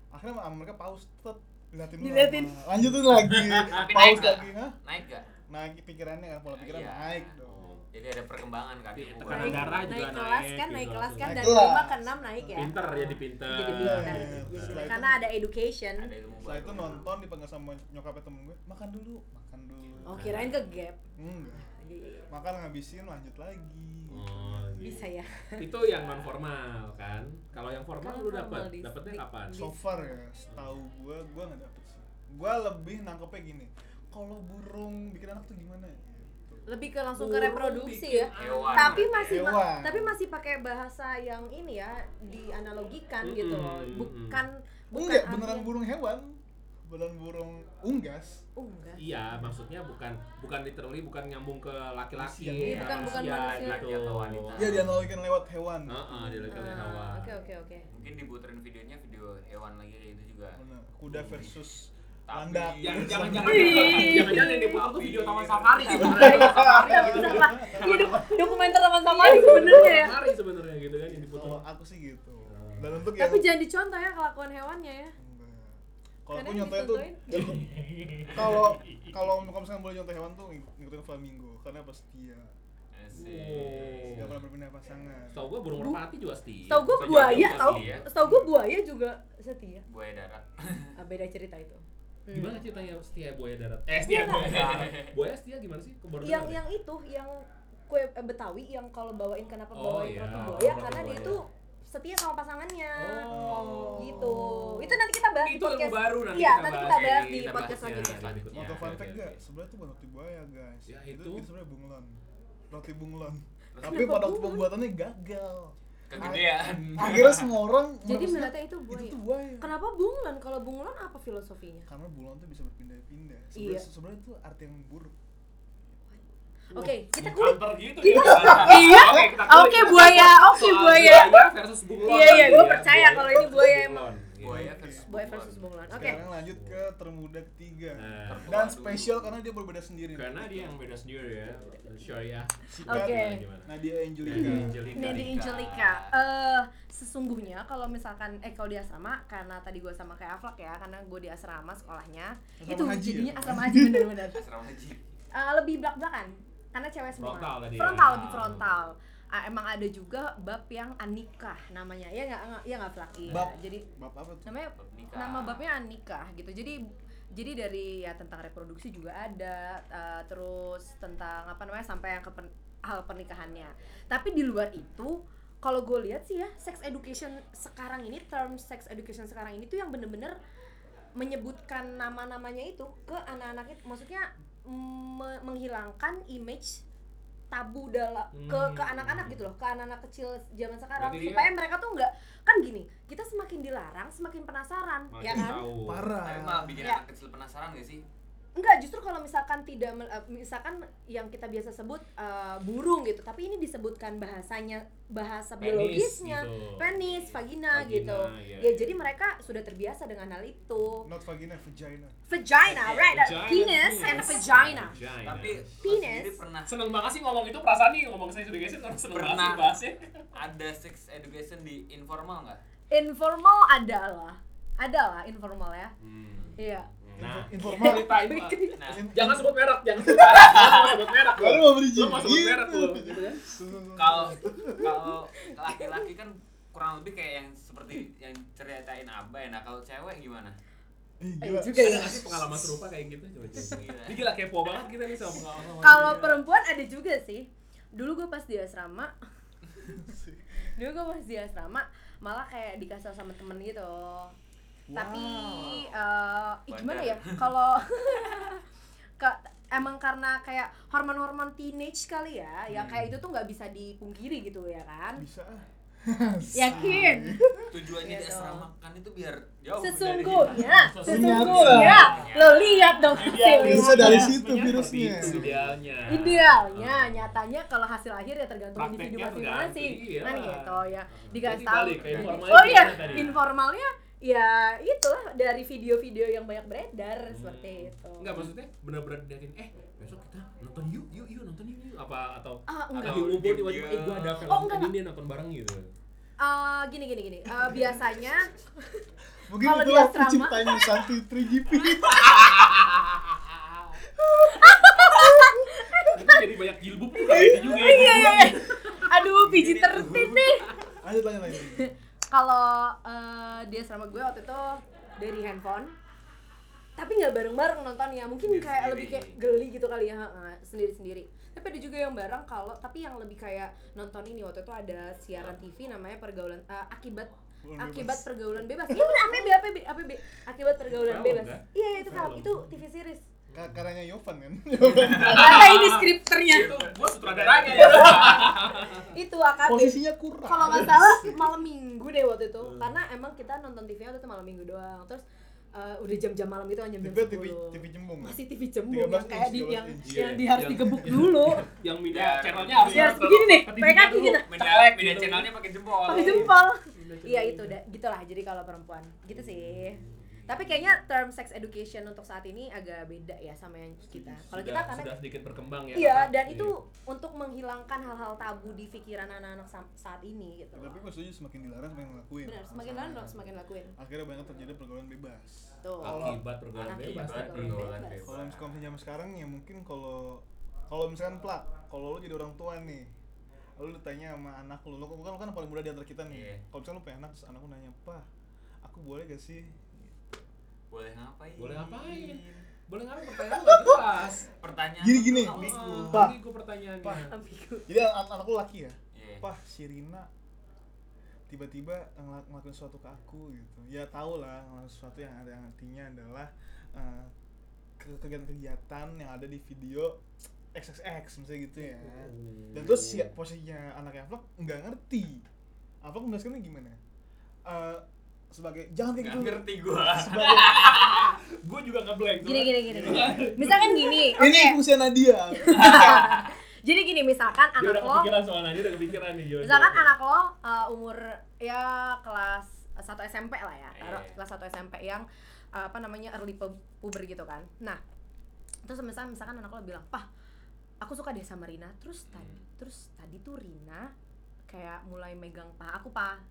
Speaker 2: akhirnya sama mereka pause tetap diliatin dulu
Speaker 3: Diliatin.
Speaker 2: sama- lanjutin lagi
Speaker 1: Tapi naik
Speaker 2: pause
Speaker 1: gak?
Speaker 2: lagi hah
Speaker 1: Naik gak?
Speaker 2: naik pikirannya kan pola pikiran
Speaker 1: Iya.
Speaker 2: naik dong
Speaker 1: Jadi ada perkembangan kan
Speaker 4: Iya,
Speaker 1: di
Speaker 4: tekanan
Speaker 1: hubungan.
Speaker 4: darah juga
Speaker 3: naik kelas
Speaker 4: naik
Speaker 3: kan,
Speaker 4: gitu
Speaker 3: naik kelas kan
Speaker 2: Naik
Speaker 3: dari
Speaker 2: kelas.
Speaker 3: lima ke enam naik ya.
Speaker 4: pinter jadi pinter
Speaker 3: Jadi
Speaker 2: Iya,
Speaker 3: pintar.
Speaker 2: iya.
Speaker 3: Jadi
Speaker 2: Setelah itu-
Speaker 3: karena ada education.
Speaker 1: Ada ilmu
Speaker 2: setelah
Speaker 1: baru.
Speaker 2: itu nonton dipanggil sama nyokapnya temen gue makan dulu makan dulu
Speaker 3: Oh, kirain ke gap.
Speaker 2: enggak makan ngabisin lanjut lagi
Speaker 4: oh, gitu.
Speaker 3: Bisa ya.
Speaker 4: Itu yang non formal kan. Kalau yang formal
Speaker 3: Kalau
Speaker 4: lu
Speaker 3: formal
Speaker 4: dapat
Speaker 3: di-
Speaker 4: dapatnya
Speaker 3: di-
Speaker 4: kapan?
Speaker 2: so far ya setahu gue gue nggak dapet sih gue lebih nangkepnya gini kalau burung bikin anak tuh gimana ya gitu.
Speaker 3: Lebih ke langsung ke
Speaker 4: Burung
Speaker 3: reproduksi
Speaker 4: bikin
Speaker 3: ya.
Speaker 1: Hewan.
Speaker 3: Tapi masih ma-
Speaker 2: Hewan.
Speaker 3: tapi masih pakai bahasa yang ini ya, dianalogikan
Speaker 4: Mm-mm,
Speaker 3: gitu loh.
Speaker 4: mm-mm.
Speaker 3: Bukan bukan
Speaker 2: enggak
Speaker 3: artinya-
Speaker 2: beneran burung hewan beneran burung unggas
Speaker 3: Oh, enggak.
Speaker 4: Iya, maksudnya bukan bukan literally bukan nyambung ke laki-laki.
Speaker 2: Iya,
Speaker 3: bukan- bukan
Speaker 4: manusia
Speaker 3: manusia.
Speaker 4: gitu.
Speaker 1: Atau wanita.
Speaker 2: ya dianalogikan lewat hewan
Speaker 4: Heeh, dia lagi
Speaker 3: Ah,
Speaker 4: hewan.
Speaker 3: Oke oke oke.
Speaker 1: Mungkin diputerin videonya video hewan lagi kayak gitu juga.
Speaker 2: Bener. kuda versus
Speaker 1: Tapi-
Speaker 2: landak
Speaker 4: Jangan
Speaker 1: Iya.
Speaker 4: jangan jangan
Speaker 3: Wih.
Speaker 4: jangan yang diputar tuh video taman safari gitu.
Speaker 3: Safari gitu. Iya, dok- dokumenter taman safari sebenarnya ya.
Speaker 4: Safari sebenarnya gitu kan yang diputar.
Speaker 2: kalau aku sih gitu dan untuk
Speaker 3: Tapi
Speaker 2: yang
Speaker 3: jangan dicontoh ya kelakuan hewannya ya.
Speaker 2: Enggak. kalau
Speaker 3: Karena
Speaker 2: aku
Speaker 3: yang
Speaker 2: nyontohnya tuh
Speaker 3: dicontohin-
Speaker 2: kalau kalau kalau misalkan boleh nyontoh hewan tuh ng- ngikutin flamingo karena apa setia
Speaker 1: Asik.
Speaker 2: nggak pernah berpindah pasangan
Speaker 4: Tahu gua burung merpati juga setia.
Speaker 3: Tahu gue
Speaker 4: Bisa
Speaker 3: buaya,
Speaker 4: jatuh
Speaker 3: tahu.
Speaker 4: setia.
Speaker 3: Tahu gue buaya juga setia.
Speaker 1: Buaya darat.
Speaker 3: Ah, beda cerita itu. Hmm.
Speaker 4: Gimana ceritanya setia buaya darat? Eh, setia buaya darat. Buaya setia gimana sih? Kebaru
Speaker 3: Yang
Speaker 4: dengar
Speaker 3: yang itu, yang kue eh, Betawi yang kalau bawain kenapa
Speaker 4: Oh,
Speaker 3: bawain
Speaker 4: iya.
Speaker 3: roti buaya
Speaker 4: Roti
Speaker 3: karena dia
Speaker 4: buaya.
Speaker 3: itu setia sama pasangannya.
Speaker 4: Oh.
Speaker 3: Gitu. Itu nanti kita bahas di
Speaker 4: Itu ilmu
Speaker 3: podcast.
Speaker 4: baru nanti
Speaker 3: Iya,
Speaker 4: kita
Speaker 3: nanti
Speaker 4: bahas
Speaker 3: kita
Speaker 4: ya,
Speaker 3: bahas
Speaker 4: ini
Speaker 3: di
Speaker 4: kita
Speaker 3: podcast
Speaker 4: bahasnya
Speaker 3: selanjutnya.
Speaker 4: selanjutnya.
Speaker 2: mau tau
Speaker 4: Oke,
Speaker 2: fun
Speaker 4: oke,
Speaker 2: fact
Speaker 4: oke.
Speaker 2: nggak sebenarnya tuh bukan roti buaya guys
Speaker 4: Ya,
Speaker 2: itu
Speaker 4: itu.
Speaker 2: itu sebenarnya bunglon roti bunglon
Speaker 1: Terus
Speaker 2: tapi
Speaker 3: kenapa
Speaker 2: pada waktu
Speaker 3: bunglon?
Speaker 2: pembuatannya gagal
Speaker 1: Kegedean.
Speaker 2: akhirnya semua orang
Speaker 3: Jadi
Speaker 2: merasa
Speaker 3: melihatnya itu buaya.
Speaker 2: itu tuh buaya
Speaker 3: Kenapa bunglon? Kalau bunglon apa filosofinya?
Speaker 2: karena bunglon tuh bisa berpindah-pindah
Speaker 3: Iya.
Speaker 2: sebenarnya sebenarnya itu arti yang buruk
Speaker 3: Oke, kita
Speaker 4: Counter
Speaker 3: kulik.
Speaker 4: gitu
Speaker 3: Kita-
Speaker 4: ya.
Speaker 3: Iya.
Speaker 4: Oke, kita kulik
Speaker 3: Oke,
Speaker 4: ya.
Speaker 3: buaya. Oke,
Speaker 4: Soal
Speaker 3: buaya.
Speaker 4: versus bunglon.
Speaker 3: Iya, iya,
Speaker 4: tadi
Speaker 3: gua
Speaker 4: ya.
Speaker 3: percaya kalau ini buaya emang.
Speaker 4: Bunglon.
Speaker 1: Buaya
Speaker 4: Gitu.
Speaker 1: versus
Speaker 3: Buaya versus bunglon. Oke.
Speaker 2: sekarang lanjut ke termuda ketiga
Speaker 4: Nah,
Speaker 2: dan spesial karena dia berbeda sendiri
Speaker 4: karena dia yang beda sendiri ya. Syariah.
Speaker 3: Oke.
Speaker 4: Gimana?
Speaker 2: Nadia Angelika
Speaker 4: Nadia Angelika.
Speaker 3: Nedi Angelika. Eh sesungguhnya kalau misalkan eh kalau di asrama karena tadi gue sama kayak Aflak ya karena gue di asrama sekolahnya
Speaker 2: Asrama
Speaker 3: itu
Speaker 2: haji
Speaker 3: jadinya
Speaker 2: ya?
Speaker 3: asrama haji bener-bener.
Speaker 1: Asrama haji.
Speaker 3: Eh, lebih belak-belakan karena cewek semua.
Speaker 4: Frontal tadi ya?
Speaker 3: Frontal lebih frontal. Ah, emang ada juga bab yang anikah namanya. Ya enggak ya enggak Aflak. Iya.
Speaker 2: Bab.
Speaker 3: Jadi
Speaker 2: bapak apa tuh
Speaker 3: namanya
Speaker 1: Bab nikah.
Speaker 3: nama babnya anikah gitu. Jadi jadi dari ya tentang reproduksi juga ada eh, terus tentang apa namanya sampai yang ke pen- hal pernikahannya. Tapi di luar itu kalau gue lihat sih ya sex education sekarang ini term sex education sekarang ini tuh yang bener-bener menyebutkan nama-namanya itu ke anak-anak itu maksudnya me- menghilangkan image tabu dalam ke ke
Speaker 4: Hmm.
Speaker 3: anak-anak gitu loh, ke anak-anak kecil zaman sekarang
Speaker 4: Berarti dia-
Speaker 3: supaya mereka tuh nggak kan gini kita semakin dilarang semakin penasaran
Speaker 4: Makin
Speaker 3: ya kan
Speaker 4: tahu.
Speaker 2: parah
Speaker 1: Tapi malah bikin
Speaker 3: Ya.
Speaker 1: anak kecil penasaran gak sih?
Speaker 3: enggak justru kalau misalkan tidak mel- eh, misalkan yang kita biasa sebut eh, burung gitu tapi ini disebutkan bahasanya bahasa
Speaker 4: Penis
Speaker 3: biologisnya
Speaker 4: gitu.
Speaker 3: penis vagina,
Speaker 4: Vagina,
Speaker 3: gitu
Speaker 4: iya,
Speaker 3: ya
Speaker 4: iya.
Speaker 3: jadi mereka sudah terbiasa dengan hal itu
Speaker 2: not vagina vagina
Speaker 3: vagina right
Speaker 4: Vagina,
Speaker 3: penis and vagina
Speaker 4: Vagina.
Speaker 1: Tapi lo
Speaker 3: Penis.
Speaker 1: sendiri pernah
Speaker 4: Seneng banget sih ngomong itu perasaan nih ngomong sex education orang seneng banget
Speaker 1: Pernah.
Speaker 4: sih bahasnya.
Speaker 1: ada sex education di informal nggak?
Speaker 3: informal adalah adalah informal ya
Speaker 4: Hmm.
Speaker 3: iya
Speaker 4: Nah,
Speaker 2: informal
Speaker 4: ceritain Pak.
Speaker 1: Nah,
Speaker 4: Jangan sebut merek, jangan sebut merek. Jangan sebut merek.
Speaker 2: baru
Speaker 4: lu.
Speaker 2: mau berizin
Speaker 4: Lu mau sebut merek lu gitu kan.
Speaker 1: kalau kalau laki-laki kan kurang lebih kayak yang seperti yang ceritain Abah ya. Nah, kalau cewek gimana?
Speaker 2: Ih,
Speaker 3: Eh,
Speaker 2: gila.
Speaker 3: juga
Speaker 4: Ada
Speaker 3: ya
Speaker 4: nggak sih pengalaman serupa kayak gitu? Coba coba.
Speaker 1: Gila.
Speaker 4: Ini gila kepo banget kita nih sama pengalaman.
Speaker 3: kalau perempuan ada juga sih dulu gue pas di asrama dulu gue pas di asrama malah kayak dikasih sama temen gitu tapi eh, ih, gimana ya kalau ke emang karena kayak hormon-hormon teenage kali ya yang kayak itu tuh nggak bisa dipungkiri gitu ya kan
Speaker 2: bisa ah.
Speaker 3: yakin
Speaker 1: Tujuannya
Speaker 3: Gitu.
Speaker 1: diasramakan itu biar jauh
Speaker 3: sesungguhnya
Speaker 2: Ternyata.
Speaker 3: sesungguhnya lo lihat dong
Speaker 2: Bisa dari
Speaker 3: hasilnya.
Speaker 2: situ virusnya.
Speaker 4: Itu idealnya.
Speaker 3: Idealnya, nyatanya kalau hasil akhir ya tergantung individu
Speaker 4: Prakteknya
Speaker 3: masing-masing
Speaker 4: tergantung, iya.
Speaker 3: kan gitu ya dikasih
Speaker 4: Jadi
Speaker 3: tahu.
Speaker 4: balik ke informal
Speaker 3: Oh
Speaker 4: itu
Speaker 3: iya,
Speaker 4: kan tadi.
Speaker 3: informalnya ya itulah dari video-video yang banyak beredar
Speaker 4: Hmm.
Speaker 3: seperti itu.
Speaker 4: Enggak maksudnya benar-benar diakin eh besok kita nonton yuk yuk yuk nonton yuk yuk apa atau
Speaker 3: Ah, enggak.
Speaker 4: atau ngumpul tiba-tiba eh gua ada film
Speaker 3: Oh, enggak,
Speaker 4: ini nih nonton bareng gitu.
Speaker 3: Eh, gini gini gini. Eh, biasanya
Speaker 2: Mungkin
Speaker 3: kalau di
Speaker 2: itulah
Speaker 3: asrama
Speaker 2: terciptanya Santi tiga G P.
Speaker 4: Nanti jadi banyak jilbab tuh kayak ini juga ya.
Speaker 3: iya iya iya. Aduh, piji tertib nih.
Speaker 2: Lanjut lanjut lanjut.
Speaker 3: Kalau uh, di asrama gue waktu itu dari handphone, tapi nggak bareng-bareng nontonnya, mungkin
Speaker 1: Sendiri-sendiri.
Speaker 3: kayak lebih kayak geli gitu kali ya, uh, sendiri-sendiri. Tapi ada juga yang bareng kalau, tapi yang lebih kayak nonton ini waktu itu ada siaran T V namanya pergaulan uh, akibat
Speaker 2: Pergaulan
Speaker 3: akibat
Speaker 2: bebas.
Speaker 3: pergaulan bebas. Iya benar, A P B A P B A P B akibat pergaulan
Speaker 4: Film,
Speaker 3: bebas.
Speaker 4: kan?
Speaker 3: Iya itu film,
Speaker 4: Film.
Speaker 3: itu T V series.
Speaker 2: Ka- Karanya Yovan kan.
Speaker 3: Ternyata ini skripternya.
Speaker 4: Itu gua sutradaranya ya.
Speaker 3: Itu A K B.
Speaker 2: Posisinya kurang.
Speaker 3: Kalau nggak salah malam minggu deh waktu itu, karena emang kita nonton T V waktu itu malam minggu doang. Terus uh, udah jam-jam malam itu jam jam
Speaker 2: T V T V
Speaker 3: sepuluh.
Speaker 2: T V Jembung.
Speaker 3: Masih T V Jembung
Speaker 2: tiga belas
Speaker 3: yang kayak
Speaker 2: inch,
Speaker 3: di
Speaker 2: tiga belas
Speaker 3: yang
Speaker 2: inch.
Speaker 3: yang
Speaker 4: Iya.
Speaker 3: di harus
Speaker 4: Yang-
Speaker 3: digebuk dulu.
Speaker 4: Yang media
Speaker 1: Ya,
Speaker 4: channelnya
Speaker 1: iya,
Speaker 4: harus
Speaker 3: harus begini nih,
Speaker 4: ke T V
Speaker 3: pakai kaki
Speaker 4: dulu.
Speaker 3: gitu.
Speaker 1: Media, media channelnya pakai jempol.
Speaker 3: Pakai jempol. Iya itu udah gitulah jadi kalau perempuan. Gitu sih. Tapi kayaknya term sex education untuk saat ini agak beda ya sama yang kita. Kalau kita
Speaker 4: Sudah-
Speaker 3: karena
Speaker 4: sudah sedikit berkembang ya.
Speaker 3: iya
Speaker 4: karena-
Speaker 3: dan
Speaker 4: iya.
Speaker 3: itu untuk menghilangkan hal-hal tabu di pikiran anak-anak sa- saat ini gitu.
Speaker 2: Tapi gue setuju semakin dilarang semakin ngelakuin.
Speaker 3: Benar, semakin
Speaker 2: Masalahnya.
Speaker 3: lama semakin lakuin.
Speaker 2: Akhirnya banyak terjadi pergaulan bebas.
Speaker 3: Tuh.
Speaker 4: akibat pergaulan
Speaker 3: Akibat
Speaker 4: bebas
Speaker 1: Akibat
Speaker 4: tadi.
Speaker 1: pergaulan
Speaker 3: bebas.
Speaker 1: bebas.
Speaker 2: Kalau misalnya zaman sekarang ya mungkin kalau kalau misalkan plak, kalau lu jadi orang tua nih, lu ditanya sama anak lu, lu kan lu kan paling muda di antara kita nih.
Speaker 1: Iya.
Speaker 2: Kalau misalkan lu punya anak, terus anak lu nanya, "Pak, aku boleh gak sih?"
Speaker 1: Boleh ngapain?
Speaker 4: Boleh ngapain? Boleh ngapain? Pertanyaan nggak jelas.
Speaker 1: Pertanyaan
Speaker 2: Gini, gini.
Speaker 1: tuh,
Speaker 4: Oh,
Speaker 2: Pak.
Speaker 4: ini gua pertanyaannya.
Speaker 2: Pak.
Speaker 3: Ambigu.
Speaker 2: Jadi anak, anak lu laki ya,
Speaker 1: Iya.
Speaker 2: "Pak, si Rina tiba-tiba ngel- ngelakuin sesuatu ke aku gitu." Ya tau lah, ngelakuin sesuatu yang ada yang artinya adalah eh, ke- kegiatan-kegiatan yang ada di video X X X misalnya gitu ya. Dan terus si posisinya anaknya Vlog nggak ngerti. Vlog menjelaskannya gimana? Eh, sebagai jangan kayak
Speaker 1: Nggak
Speaker 2: gitu.
Speaker 1: ngerti gua.
Speaker 2: Sebagai
Speaker 4: Gua juga nggak blank.
Speaker 3: Gini gini gini. gini. Misalkan gini, oke.
Speaker 2: ini fungsi Nadia.
Speaker 3: Jadi gini misalkan
Speaker 4: Dia
Speaker 3: anak
Speaker 4: udah
Speaker 3: lo,
Speaker 4: kepikiran soalnya, dia udah kepikiran nih. Gimana?
Speaker 3: misalkan anak lo uh, umur ya kelas satu S M P lah ya, taruh
Speaker 1: Iya.
Speaker 3: kelas satu S M P yang uh, apa namanya early pu- puber gitu kan. Nah, terus misalkan misalkan anak lo bilang, "Pah, aku suka deh sama Rina." Terus tadi
Speaker 1: Hmm.
Speaker 3: terus tadi tuh Rina kayak mulai megang paha aku, "Pa."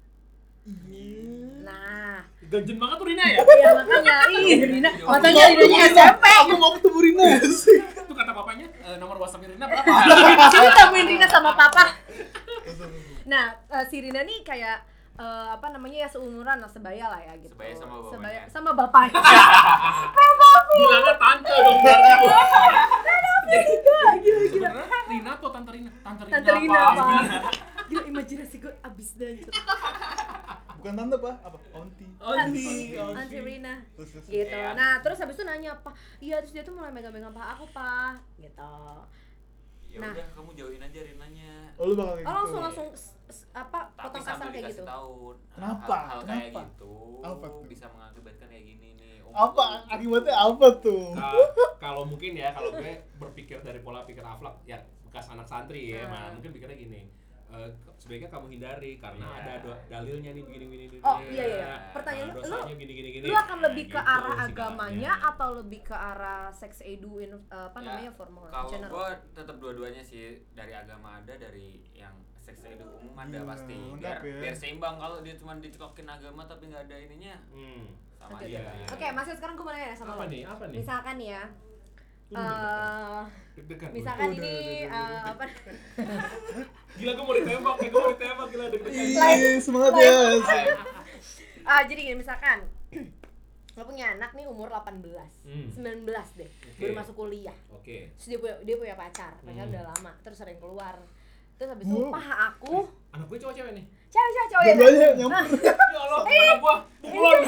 Speaker 3: Nah,
Speaker 4: Ganjen banget tuh Rina ya?
Speaker 3: ya makanya ih Rina, matanya Rinanya S M P.
Speaker 2: Aku mau ketemu Rina sih.
Speaker 4: Itu kata papanya, e, nomor WhatsApp Rina berapa?
Speaker 3: Coba temuin Rina sama papa. Nah, uh, si Rina nih kayak uh, apa namanya ya seumuran lah, sebaya lah ya gitu.
Speaker 1: Sebaya sama bapaknya.
Speaker 3: Sebaya sama bapaknya.
Speaker 4: Bilangnya tante dong berarti gua.
Speaker 3: Gila, gila, gila.
Speaker 4: Sebenarnya Rina atau tante Rina? Tante Rina,
Speaker 3: Tante Rina
Speaker 4: apa?
Speaker 3: apa? Gila, imajinasi gue abis dancur.
Speaker 2: Bukan tante Pak, apa? Onti.
Speaker 4: Onti,
Speaker 3: Auntie Rina.
Speaker 2: Terus, terus.
Speaker 3: Gitu.
Speaker 1: Iya.
Speaker 3: Nah, terus habis itu nanya, "Pa, iya terus dia tuh mulai megang-megang paha aku, Pa." Gitu.
Speaker 1: Ya
Speaker 3: Nah.
Speaker 1: udah kamu jauhin aja Rinanya.
Speaker 2: Oh, lu bakal kayak
Speaker 3: Oh,
Speaker 2: gitu.
Speaker 3: langsung langsung s- s- apa
Speaker 1: Tapi
Speaker 3: potong kasar
Speaker 1: sambil
Speaker 3: kayak
Speaker 1: dikasih
Speaker 3: gitu.
Speaker 1: tahu
Speaker 2: Kenapa?
Speaker 1: hal, hal kayak
Speaker 2: Kenapa?
Speaker 1: gitu
Speaker 2: Apa tuh?
Speaker 1: bisa mengakibatkan kayak gini nih. Um,
Speaker 2: Apa akibatnya apa tuh?
Speaker 4: Nah, kalau mungkin ya, kalau gue berpikir dari pola pikir Aflak ya bekas anak santri ya,
Speaker 3: Hmm.
Speaker 4: nah, mungkin pikirnya gini. eh, sebaiknya kamu hindari karena
Speaker 1: Iya.
Speaker 4: ada do- dalilnya nih begini-begini.
Speaker 3: Oh, iya, iya. Pertanyaan lu-
Speaker 4: dosanya gini-gini gini.
Speaker 3: Lu akan lebih
Speaker 4: Nah,
Speaker 3: ke
Speaker 4: gitu
Speaker 3: arah
Speaker 4: sifatnya.
Speaker 3: agamanya atau lebih ke arah sex edu in uh, apa
Speaker 1: Ya,
Speaker 3: namanya formal
Speaker 1: Kalau
Speaker 3: general?
Speaker 1: gua tetap dua-duanya sih, dari agama ada, dari yang seks edu umum ada
Speaker 2: Iya,
Speaker 1: pasti. Biar
Speaker 2: lengkap ya.
Speaker 1: biar seimbang. Kalau dia cuma dicekokin agama tapi nggak ada ininya,
Speaker 4: Hmm.
Speaker 1: sama
Speaker 3: Oke,
Speaker 1: aja.
Speaker 4: iya, iya.
Speaker 3: Oke, Mas Yus, sekarang gue mau nanya sama
Speaker 4: Apa
Speaker 3: lo.
Speaker 4: nih? Apa nih?
Speaker 3: Misalkan nih ya,
Speaker 4: Lu
Speaker 3: eh
Speaker 4: deg-degan.
Speaker 3: misalkan
Speaker 2: Udah,
Speaker 3: ini
Speaker 2: udah, udah,
Speaker 3: eh, apa?
Speaker 4: Gila gue mau ditembak, kayak gue mau ditembak gila deg-degan.
Speaker 2: Ih, semangat ya.
Speaker 3: Ah, jadi gini, misalkan lo punya anak nih umur delapan belas,
Speaker 4: Hmm.
Speaker 3: sembilan belas deh,
Speaker 4: Oke.
Speaker 3: baru masuk kuliah.
Speaker 4: Oke.
Speaker 3: Terus dia punya dia punya pacar, pacar
Speaker 4: Hmm.
Speaker 3: udah lama, terus sering keluar. Terus habis itu
Speaker 2: Wow.
Speaker 3: paha aku,
Speaker 4: Anak gue cowok cewek nih.
Speaker 3: cewek cewek cowok ya.
Speaker 2: Dua-duanya nyamper.
Speaker 4: Ya Allah, anak gua pukulan.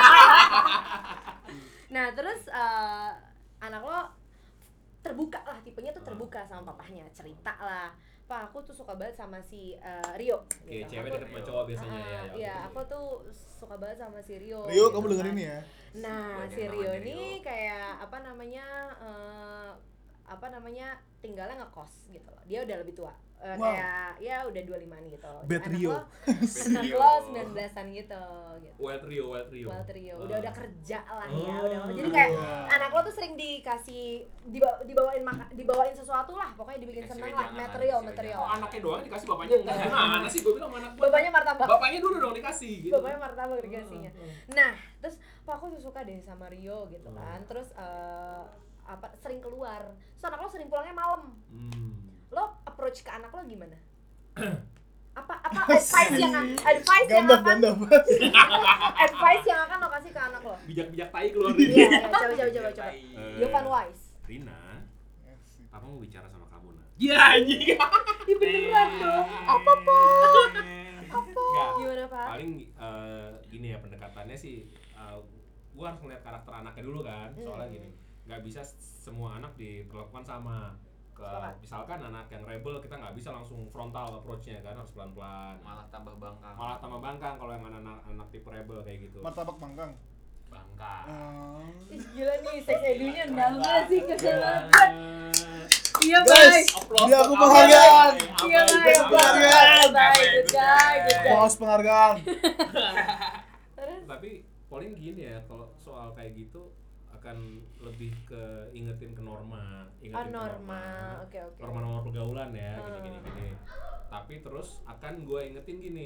Speaker 3: Nah, terus eh, anak lo terbuka lah, tipenya tuh terbuka sama papahnya, cerita lah. Pak, aku tuh suka banget sama si eh, Rio.
Speaker 4: Oke,
Speaker 3: gitu.
Speaker 4: cewek
Speaker 3: Aku-
Speaker 4: deket sama cowok biasanya
Speaker 3: Ah,
Speaker 4: ya.
Speaker 3: iya,
Speaker 4: oke.
Speaker 3: aku tuh suka banget sama si Rio.
Speaker 2: Rio,
Speaker 3: gitu
Speaker 2: kamu
Speaker 3: kan.
Speaker 2: dengerin ya.
Speaker 3: Nah,
Speaker 1: Banyak
Speaker 3: si Rio
Speaker 1: namanya
Speaker 3: ini
Speaker 1: Rio.
Speaker 3: kayak apa namanya eh, apa namanya tinggalnya ngekos gitu loh. Dia udah lebih tua. Eh,
Speaker 2: Wow.
Speaker 3: Kayak ya udah dua puluh limaan gitu.
Speaker 2: Bad
Speaker 3: Anak
Speaker 2: Rio.
Speaker 3: lo, anak
Speaker 1: Rio.
Speaker 3: lo sembilan belasan gitu gitu.
Speaker 4: Wild Rio, Wild Rio.
Speaker 3: Wild Rio,
Speaker 4: Oh.
Speaker 3: udah udah kerja lah ya,
Speaker 4: Oh.
Speaker 3: udah. Jadi kayak
Speaker 2: Wow.
Speaker 3: anak lo lo tuh sering dikasih dibawa, dibawain maka, dibawain sesuatu lah, pokoknya dibikin
Speaker 1: Dikasih
Speaker 3: seneng lah,
Speaker 1: wejangan lah,
Speaker 3: material
Speaker 1: dikasih
Speaker 3: material.
Speaker 4: Oh, anaknya doang dikasih, bapaknya enggak. Gimana sih gue bilang anak gua?
Speaker 3: Bapaknya martabak.
Speaker 4: Bapaknya dulu dong dikasih gitu.
Speaker 3: Bapaknya martabak dikasihnya. Nah, terus Pak aku tuh suka deh sama Rio gitu kan. Terus uh, apa sering keluar. Terus anak lo sering pulangnya malam.
Speaker 4: Hmm.
Speaker 3: Lo approach ke anak lo gimana? apa apa advice yang advice yang
Speaker 2: Gandap,
Speaker 3: akan
Speaker 2: gandap.
Speaker 3: advice yang akan lo kasih ke anak lo?
Speaker 4: Bijak-bijak tai keluar
Speaker 3: Iya,
Speaker 4: nih.
Speaker 3: iya, coba coba coba coba.
Speaker 4: Eh,
Speaker 3: Yovan Wise.
Speaker 4: Rina,
Speaker 2: Asik.
Speaker 4: papa mau bicara sama kamu nah. Iya anjing.
Speaker 3: Ih beneran dong. Apa Apa?
Speaker 4: Enggak.
Speaker 3: Gimana Pak?
Speaker 4: Paling eh, gini ya pendekatannya sih, eh, gua harus ngeliat karakter anaknya dulu kan. Soalnya
Speaker 3: Hmm.
Speaker 4: gini, nggak bisa semua anak diperlakukan sama. Ke,
Speaker 3: Sepakat.
Speaker 4: misalkan anak yang rebel kita nggak bisa langsung frontal approach-nya kan, harus pelan-pelan.
Speaker 1: Malah tambah bangkang.
Speaker 4: Malah tambah bangkang kalau yang anak anak tipe rebel kayak gitu.
Speaker 2: Martabak mangkang.
Speaker 1: Bangkang.
Speaker 2: Oh.
Speaker 3: Ih, gila nih, sex edunya nambah sih ke
Speaker 4: Banget.
Speaker 3: Iya,
Speaker 2: Guys,
Speaker 3: Bay.
Speaker 4: Applause
Speaker 2: beri aku
Speaker 4: untuk
Speaker 2: penghargaan.
Speaker 4: Abai.
Speaker 3: Iya,
Speaker 4: Abai.
Speaker 3: Bay.
Speaker 2: penghargaan.
Speaker 3: Baik, good guy, good guy.
Speaker 2: Pos penghargaan.
Speaker 3: Terus?
Speaker 4: Tapi paling gini ya, kalau soal kayak gitu akan lebih ke ingetin ke norma,
Speaker 3: Oh,
Speaker 4: ingetin ke
Speaker 3: norma. Oke, oke.
Speaker 4: norma-norma pergaulan ya,
Speaker 3: Hmm.
Speaker 4: gini gini gini. Tapi terus akan gue ingetin gini,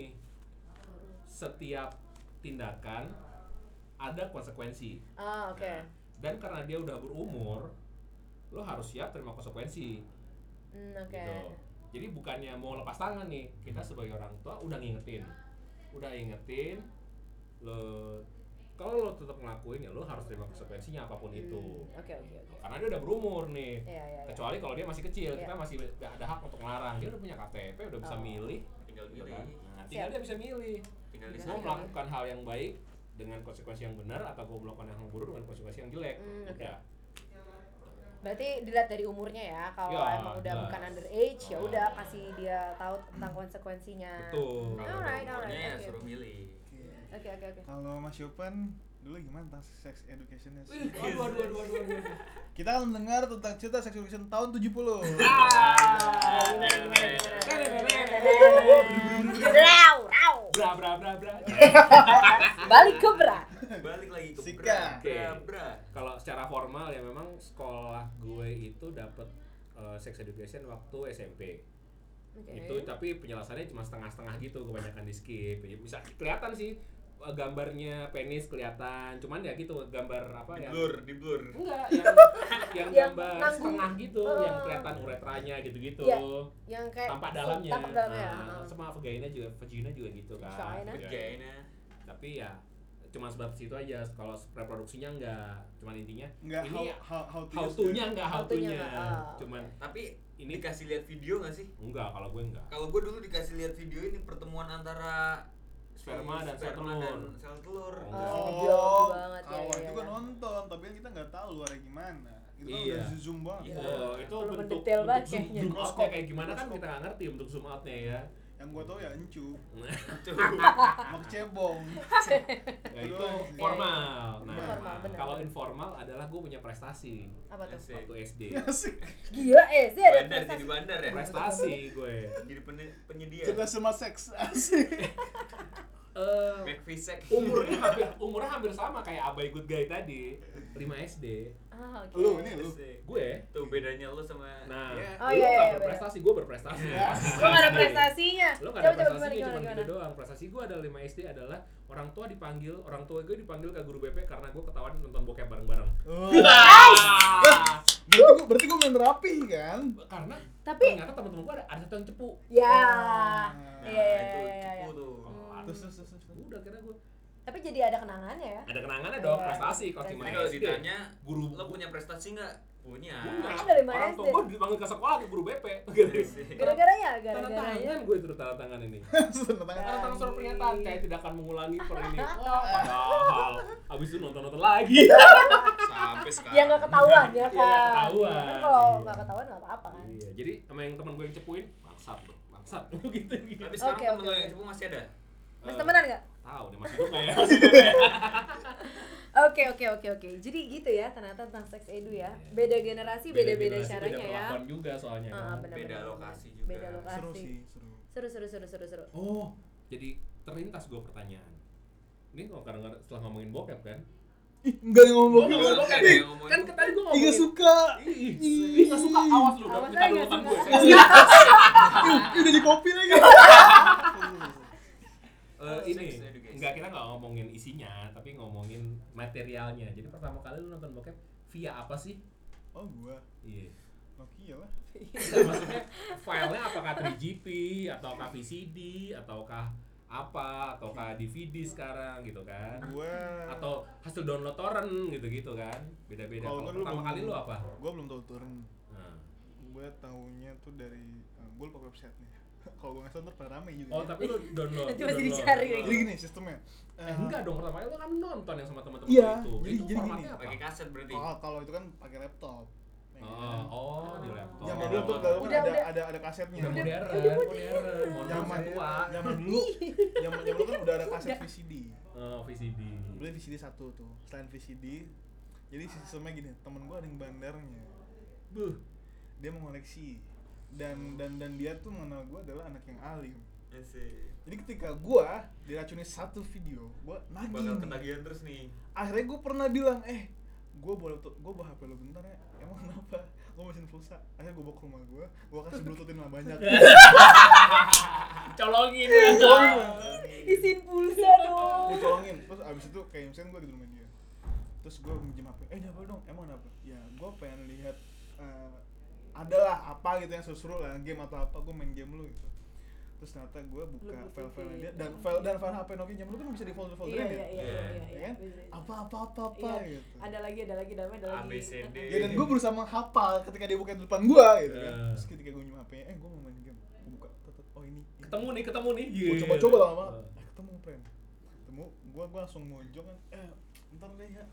Speaker 4: setiap tindakan ada konsekuensi.
Speaker 3: Ah, oke.
Speaker 4: Nah, dan karena dia udah berumur, lo harus siap terima konsekuensi.
Speaker 3: Hmm, oke.
Speaker 4: Gitu. Jadi bukannya mau lepas tangan nih, kita sebagai orang tua udah ngingetin, udah ingetin, lo kalau lo tetap ngelakuin ya lo harus terima konsekuensinya apapun
Speaker 3: Hmm,
Speaker 4: itu.
Speaker 3: Oke, oke, oke.
Speaker 4: Karena dia udah berumur nih.
Speaker 3: Iya, iya, iya.
Speaker 4: Kecuali kalau dia masih kecil,
Speaker 3: Iya.
Speaker 4: kita masih gak ada hak untuk ngelarang. Dia udah punya K T P, udah bisa
Speaker 3: Oh.
Speaker 4: milih,
Speaker 1: Tinggal
Speaker 4: gitu
Speaker 1: pilih.
Speaker 4: kan. Nah, tinggal
Speaker 3: Siap.
Speaker 4: dia bisa milih.
Speaker 1: Tinggal di
Speaker 3: Iya.
Speaker 4: Gue
Speaker 1: sana.
Speaker 4: melakukan hal yang baik dengan konsekuensi yang benar atau gue melakukan hal yang buruk dengan konsekuensi yang jelek.
Speaker 3: Hmm, oke.
Speaker 4: Udah.
Speaker 3: Berarti dilihat dari umurnya ya. Kalau
Speaker 4: Ya,
Speaker 3: emang udah
Speaker 4: jelas.
Speaker 3: bukan underage, ya
Speaker 4: Ah.
Speaker 3: udah kasih dia tahu tentang konsekuensinya.
Speaker 4: Betul.
Speaker 1: Kalau
Speaker 3: Alright,
Speaker 1: udah umurnya
Speaker 3: alright,
Speaker 1: ya
Speaker 3: oke.
Speaker 1: suruh milih.
Speaker 3: Oke, oke, oke.
Speaker 2: Kalau Mas Yopan dulu gimana tentang sex educationnya?
Speaker 4: Wih, aduh, aduh, aduh, aduh, aduh.
Speaker 2: Kita akan mendengar tentang cerita sex education tahun tujuh puluh.
Speaker 3: Rau, rau.
Speaker 4: Bra, bra, bra, bra.
Speaker 3: Balik ke bra.
Speaker 1: Balik lagi ke
Speaker 2: Sika.
Speaker 1: bra,
Speaker 4: Oke.
Speaker 1: bra, bra.
Speaker 4: Kalau secara formal ya memang sekolah gue itu dapat uh, sex education waktu S M P.
Speaker 3: Oke.
Speaker 4: Itu tapi penjelasannya cuma setengah-setengah gitu, kebanyakan di skip. Jadi bisa kelihatan sih uh, gambarnya penis kelihatan, cuman ya gitu gambar apa
Speaker 1: Di
Speaker 4: ya?
Speaker 1: blur, di blur.
Speaker 4: Enggak, yang yang
Speaker 3: Yang
Speaker 4: gambar
Speaker 3: nanggung.
Speaker 4: setengah gitu,
Speaker 3: Oh.
Speaker 4: yang kelihatan uretranya gitu-gitu.
Speaker 3: Iya. Yang kayak
Speaker 4: Tampak dalamnya.
Speaker 3: tampak dalamnya.
Speaker 4: Nah,
Speaker 3: Heeh.
Speaker 4: sama vagina juga, vagina juga gitu kan.
Speaker 3: Vagina.
Speaker 4: Tapi-
Speaker 1: Vagina.
Speaker 4: Tapi ya cuma sebatas itu aja. Kalau reproduksinya enggak, cuman intinya
Speaker 2: Enggak
Speaker 4: ini
Speaker 2: how, how, how to
Speaker 4: how
Speaker 2: use
Speaker 4: to-nya enggak how
Speaker 3: How to-nya
Speaker 4: to-nya.
Speaker 3: enggak, ah.
Speaker 4: Cuman
Speaker 1: Tapi
Speaker 4: ini
Speaker 1: ini dikasih lihat video nggak sih?
Speaker 4: enggak, kalau gue enggak.
Speaker 1: Kalau gue dulu dikasih lihat video ini pertemuan antara
Speaker 4: Sperma dan sel
Speaker 1: sperma
Speaker 4: telur.
Speaker 1: dan sel telur.
Speaker 4: Oh,
Speaker 3: Oh,
Speaker 2: Oh,
Speaker 3: jauh banget ya,
Speaker 2: kawan
Speaker 3: ya,
Speaker 2: juga
Speaker 3: ya.
Speaker 2: nonton, tapi kan kita nggak tahu luarnya gimana. Itu kan
Speaker 4: Iya.
Speaker 2: udah zoom banget.
Speaker 1: Iya.
Speaker 4: Oh, itu
Speaker 3: Perlu
Speaker 4: bentuk,
Speaker 3: mendetail
Speaker 4: bentuk
Speaker 3: banget
Speaker 4: zoom,
Speaker 3: kayaknya.
Speaker 4: zoom outnya
Speaker 2: Mikroskop.
Speaker 4: kayak gimana kan
Speaker 2: Mikroskop.
Speaker 4: kita nggak ngerti bentuk zoom outnya ya.
Speaker 2: Yang gua tahu ya encu,
Speaker 1: Tuh.
Speaker 2: sama kecebong.
Speaker 4: Ya itu
Speaker 2: Iya.
Speaker 4: formal.
Speaker 3: Itu
Speaker 4: Nah,
Speaker 3: formal, benar.
Speaker 4: kalau informal adalah gue punya prestasi
Speaker 3: Apa tuh?
Speaker 1: Asik.
Speaker 4: waktu S D.
Speaker 2: Asik.
Speaker 3: Gila, eh, sih ada
Speaker 1: Bandar
Speaker 3: prestasi.
Speaker 1: jadi bandar ya.
Speaker 4: Prestasi gue.
Speaker 1: Jadi pen- penyedia.
Speaker 2: Cerita sama seks. Asik.
Speaker 4: Eh,
Speaker 1: McFisek.
Speaker 4: umurnya hampir umurnya hampir sama kayak Abai Good Guy tadi, lima S D.
Speaker 3: Ah, oke.
Speaker 2: Lu ini lu.
Speaker 1: Asik.
Speaker 4: Gue,
Speaker 1: Tuh bedanya lu sama
Speaker 4: nah,
Speaker 1: ya.
Speaker 3: Oh,
Speaker 4: lu
Speaker 3: iya,
Speaker 4: nggak
Speaker 3: iya,
Speaker 4: berprestasi, gue berprestasi.
Speaker 2: Iya.
Speaker 3: Gua gak ada prestasinya.
Speaker 4: Lo gak
Speaker 3: Coba,
Speaker 4: ada
Speaker 3: coba,
Speaker 4: prestasinya,
Speaker 3: gimana,
Speaker 4: cuma
Speaker 3: gimana,
Speaker 4: gitu
Speaker 3: gimana?
Speaker 4: doang. Prestasi gue adalah lima S D adalah orang tua dipanggil, orang tua gue dipanggil ke guru B P karena gue ketahuan nonton bokep bareng-bareng.
Speaker 2: Oh.
Speaker 4: Ah!
Speaker 2: Berarti gua berarti gua main rapi kan?
Speaker 4: Karena
Speaker 3: Tapi
Speaker 4: ternyata teman-teman gue ada, ada satu yang cepu.
Speaker 3: ya.
Speaker 2: Nah,
Speaker 1: Nah,
Speaker 3: Iya, iya,
Speaker 1: itu
Speaker 3: iya, iya,
Speaker 1: cepu
Speaker 3: iya.
Speaker 1: tuh.
Speaker 4: Oh,
Speaker 2: Terus terus terus. terus.
Speaker 4: udah kira gue
Speaker 3: Tapi jadi ada kenangannya ya.
Speaker 4: ada kenangannya dong,
Speaker 3: Iya.
Speaker 4: prestasi kalau
Speaker 3: Prestasi.
Speaker 4: lima
Speaker 1: Tapi kalau
Speaker 4: S D.
Speaker 1: ditanya,
Speaker 4: Guru
Speaker 1: lo punya prestasi nggak? Punya.
Speaker 4: Punya.
Speaker 3: Ada lima
Speaker 4: Orang
Speaker 3: S D.
Speaker 4: tua gue dipanggil ke sekolah ke guru B P.
Speaker 1: Asik.
Speaker 3: Gara-garanya,
Speaker 4: Tanda
Speaker 3: gara-garanya.
Speaker 4: tangan gue itu tanda tangan ini.
Speaker 2: Tanda tangan.
Speaker 4: Tanda tangan surat pernyataan kayak tidak akan mengulangi per ini. Wah, padahal abis itu nonton-nonton lagi.
Speaker 1: Sampai sekarang.
Speaker 3: Ya nggak ketahuan ya
Speaker 4: Iya,
Speaker 3: kan.
Speaker 4: nggak ketahuan.
Speaker 3: Kan kalau
Speaker 4: Iya.
Speaker 3: nggak ketahuan nggak apa-apa kan.
Speaker 4: Iya, jadi sama yang teman gue yang cepuin, bangsat loh, bangsat gitu gitu.
Speaker 1: Tapi sekarang
Speaker 3: Oke,
Speaker 1: temen
Speaker 3: oke,
Speaker 1: lo
Speaker 3: oke.
Speaker 1: yang cepu masih ada?
Speaker 3: Mas
Speaker 4: Eh,
Speaker 3: temenan nggak?
Speaker 4: Tahu dia masih hidup nggak ya? Masih hidup nggak ya?
Speaker 3: Oke oke oke oke. Jadi gitu ya ternyata tentang sex edu ya. Beda generasi beda-beda
Speaker 4: generasi,
Speaker 3: caranya
Speaker 4: beda
Speaker 3: ya.
Speaker 4: perlakuan juga soalnya.
Speaker 3: Ah,
Speaker 4: kan.
Speaker 3: benar,
Speaker 1: Beda
Speaker 3: benar,
Speaker 1: lokasi
Speaker 3: benar.
Speaker 1: juga.
Speaker 3: Beda lokasi.
Speaker 2: Seru sih, seru.
Speaker 3: Seru seru seru seru seru.
Speaker 4: Oh, jadi terlintas gue pertanyaan. Ini kalau kadang-kadang setelah ngomongin bokep kan?
Speaker 2: Ih, enggak yang ngomong.
Speaker 1: Ngomongin bokep
Speaker 2: Ih,
Speaker 1: ya, ngomongin
Speaker 4: Kan
Speaker 1: bokep.
Speaker 4: tadi
Speaker 2: Ih, gak suka.
Speaker 4: Ih, ih, nggak suka, awas lu,
Speaker 3: Awas
Speaker 4: kita
Speaker 3: aja,
Speaker 4: dulu
Speaker 3: nggak
Speaker 4: utang
Speaker 3: suka.
Speaker 4: gue.
Speaker 2: Ih, udah di kopi lagi.
Speaker 4: Eh, ini
Speaker 1: Sex education.
Speaker 4: enggak, kita nggak ngomongin isinya, tapi ngomongin materialnya. Jadi pertama kali lu nonton bokep via apa sih?
Speaker 2: Oh, gua
Speaker 4: Iya.
Speaker 2: Nokia lah.
Speaker 4: Nah, maksudnya filenya apakah three G P ataukah V C D ataukah apa ataukah D V D sekarang gitu kan?
Speaker 2: Gua
Speaker 4: Atau hasil download torrent gitu-gitu kan? Beda-beda.
Speaker 2: Kalau
Speaker 4: Kalau
Speaker 2: gua dulu
Speaker 4: pertama
Speaker 2: belum-
Speaker 4: kali lu apa?
Speaker 2: Gua belum tahu turun.
Speaker 4: Nah.
Speaker 2: Gua taunya tuh dari uh, gua lupa websitenya. Kalau gua nggak salah ntar pada rame juga.
Speaker 4: Oh,
Speaker 2: ya.
Speaker 4: tapi lu download.
Speaker 3: Nanti masih
Speaker 4: download.
Speaker 3: dicari lagi.
Speaker 2: Jadi gini sistemnya.
Speaker 4: Eh, enggak dong, pertama kali lu kan nonton yang sama teman-teman
Speaker 2: Iya,
Speaker 4: itu.
Speaker 2: jadi-
Speaker 4: itu
Speaker 2: jadi
Speaker 4: formatnya
Speaker 2: gini.
Speaker 4: apa?
Speaker 1: Pakai kaset berarti.
Speaker 2: Kalau kalau itu kan pakai laptop. Ya
Speaker 4: Oh,
Speaker 2: kan?
Speaker 4: oh, di laptop.
Speaker 2: Zaman dulu tuh dulu kan
Speaker 3: Udah,
Speaker 2: ada,
Speaker 3: udah.
Speaker 2: ada ada kasetnya.
Speaker 4: Udah modern, modern, modern
Speaker 2: Zaman
Speaker 4: tua.
Speaker 2: zaman dulu, zaman zaman dulu kan udah ada kaset V C D.
Speaker 4: Oh, V C D.
Speaker 2: Beli V C D satu tuh. Selain V C D, jadi sistemnya gini, temen gua ada yang bandarnya.
Speaker 4: Buh.
Speaker 2: Dia mengoleksi dan dan dan dia tuh mengenal gua adalah anak yang alim. Jadi ketika gua diracuni satu video, gua nagih.
Speaker 1: Bakal
Speaker 2: nih.
Speaker 1: ketagihan terus nih.
Speaker 2: Akhirnya gua pernah bilang, eh, gua boleh tuh, gua bawa H P lu bentar ya. Emang kenapa? Gua mesin pulsa. Akhirnya gua bawa ke rumah gua, gua kasih bluetoothin lah banyak.
Speaker 4: Colongin.
Speaker 2: Colongin lah.
Speaker 3: Isiin pulsa dong.
Speaker 2: Gua colongin. Terus abis itu kayak misalnya gua di rumah dia. Terus gua minjem H P. Eh, apa dong? Emang apa? Ya, gua pengen lihat uh, adalah apa gitu yang seru-seru lah, game atau apa. Gua main game lu gitu. Terus ternyata gue buka
Speaker 3: Lu
Speaker 2: file-file
Speaker 3: buktiin.
Speaker 2: dia dan file dan file H P Nokia zaman dulu kan bisa di folder
Speaker 3: Iya
Speaker 2: folderin
Speaker 3: iya
Speaker 2: ya,
Speaker 3: iya iya
Speaker 2: ya
Speaker 3: iya.
Speaker 2: kan?
Speaker 3: Bisa.
Speaker 2: Apa apa apa apa
Speaker 3: Iya.
Speaker 2: gitu.
Speaker 3: Ada lagi ada lagi dalamnya ada
Speaker 1: A
Speaker 3: lagi.
Speaker 1: B C D.
Speaker 2: Ya dan gue berusaha menghafal ketika dia buka di depan gue gitu kan.
Speaker 4: Eh.
Speaker 2: Terus ketika gue nyium H P-nya, eh gue mau main game, gue buka, tetet, oh ini. ini.
Speaker 4: Ketemu nih, ketemu nih.
Speaker 2: Gue coba-coba lama,
Speaker 4: Eh.
Speaker 2: eh ketemu friend, ketemu, gue gue langsung mojok kan, eh ntar deh ya.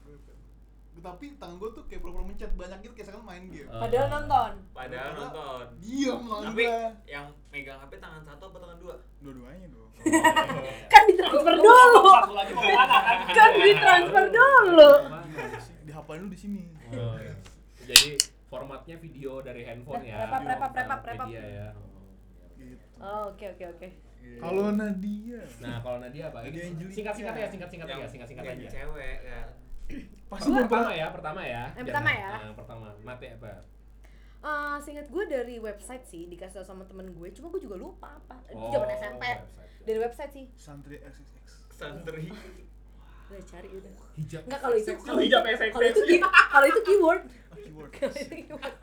Speaker 2: Tapi tangan gue tuh kayak pura-pura mencet banyak gitu kayak sekarang main game.
Speaker 4: Eh.
Speaker 3: Padahal nonton.
Speaker 1: Padahal nonton.
Speaker 2: Diam tangan
Speaker 1: Tapi
Speaker 2: gue.
Speaker 1: yang megang H P tangan satu apa tangan dua?
Speaker 2: Dua-duanya dong.
Speaker 3: Kan ditransfer dulu.
Speaker 4: Satu lagi mau mana kan?
Speaker 3: Kan ditransfer dulu.
Speaker 2: Dihafalin dulu di sini.
Speaker 4: Oh, iya. Jadi formatnya video dari handphone ya.
Speaker 3: Repap, repap, repap,
Speaker 4: Nah,
Speaker 3: repap.
Speaker 4: media ya.
Speaker 2: Gitu.
Speaker 3: Oh, oke oke oke.
Speaker 2: Kalau Nadia,
Speaker 4: Nah, kalau Nadia apa?
Speaker 2: Nadia Angelika.
Speaker 4: Singkat-singkat ya, singkat-singkat
Speaker 1: Yang
Speaker 4: ya, singkat-singkat
Speaker 1: yang
Speaker 4: aja.
Speaker 1: cewek ya.
Speaker 2: pasti
Speaker 3: Gua-
Speaker 2: belum
Speaker 4: Pertama
Speaker 2: pernah.
Speaker 4: ya, pertama ya.
Speaker 3: Yang pertama ya.
Speaker 4: Nah, yang pertama. Mate apa?
Speaker 3: Uh, seingat gue dari website sih, dikasih tau sama temen gue, cuma gue juga lupa apa. Itu
Speaker 4: Oh,
Speaker 3: zaman S M P.
Speaker 4: website.
Speaker 3: Dari website sih.
Speaker 2: Santri X X X.
Speaker 1: Santri.
Speaker 3: Udah cari udah.
Speaker 4: Hijab.
Speaker 3: Enggak kalau itu
Speaker 4: Seks-
Speaker 3: kalau itu
Speaker 4: hijab S X X.
Speaker 3: kalau itu key- kalau itu keyword.
Speaker 2: Keyword.
Speaker 3: Kalau itu keyword.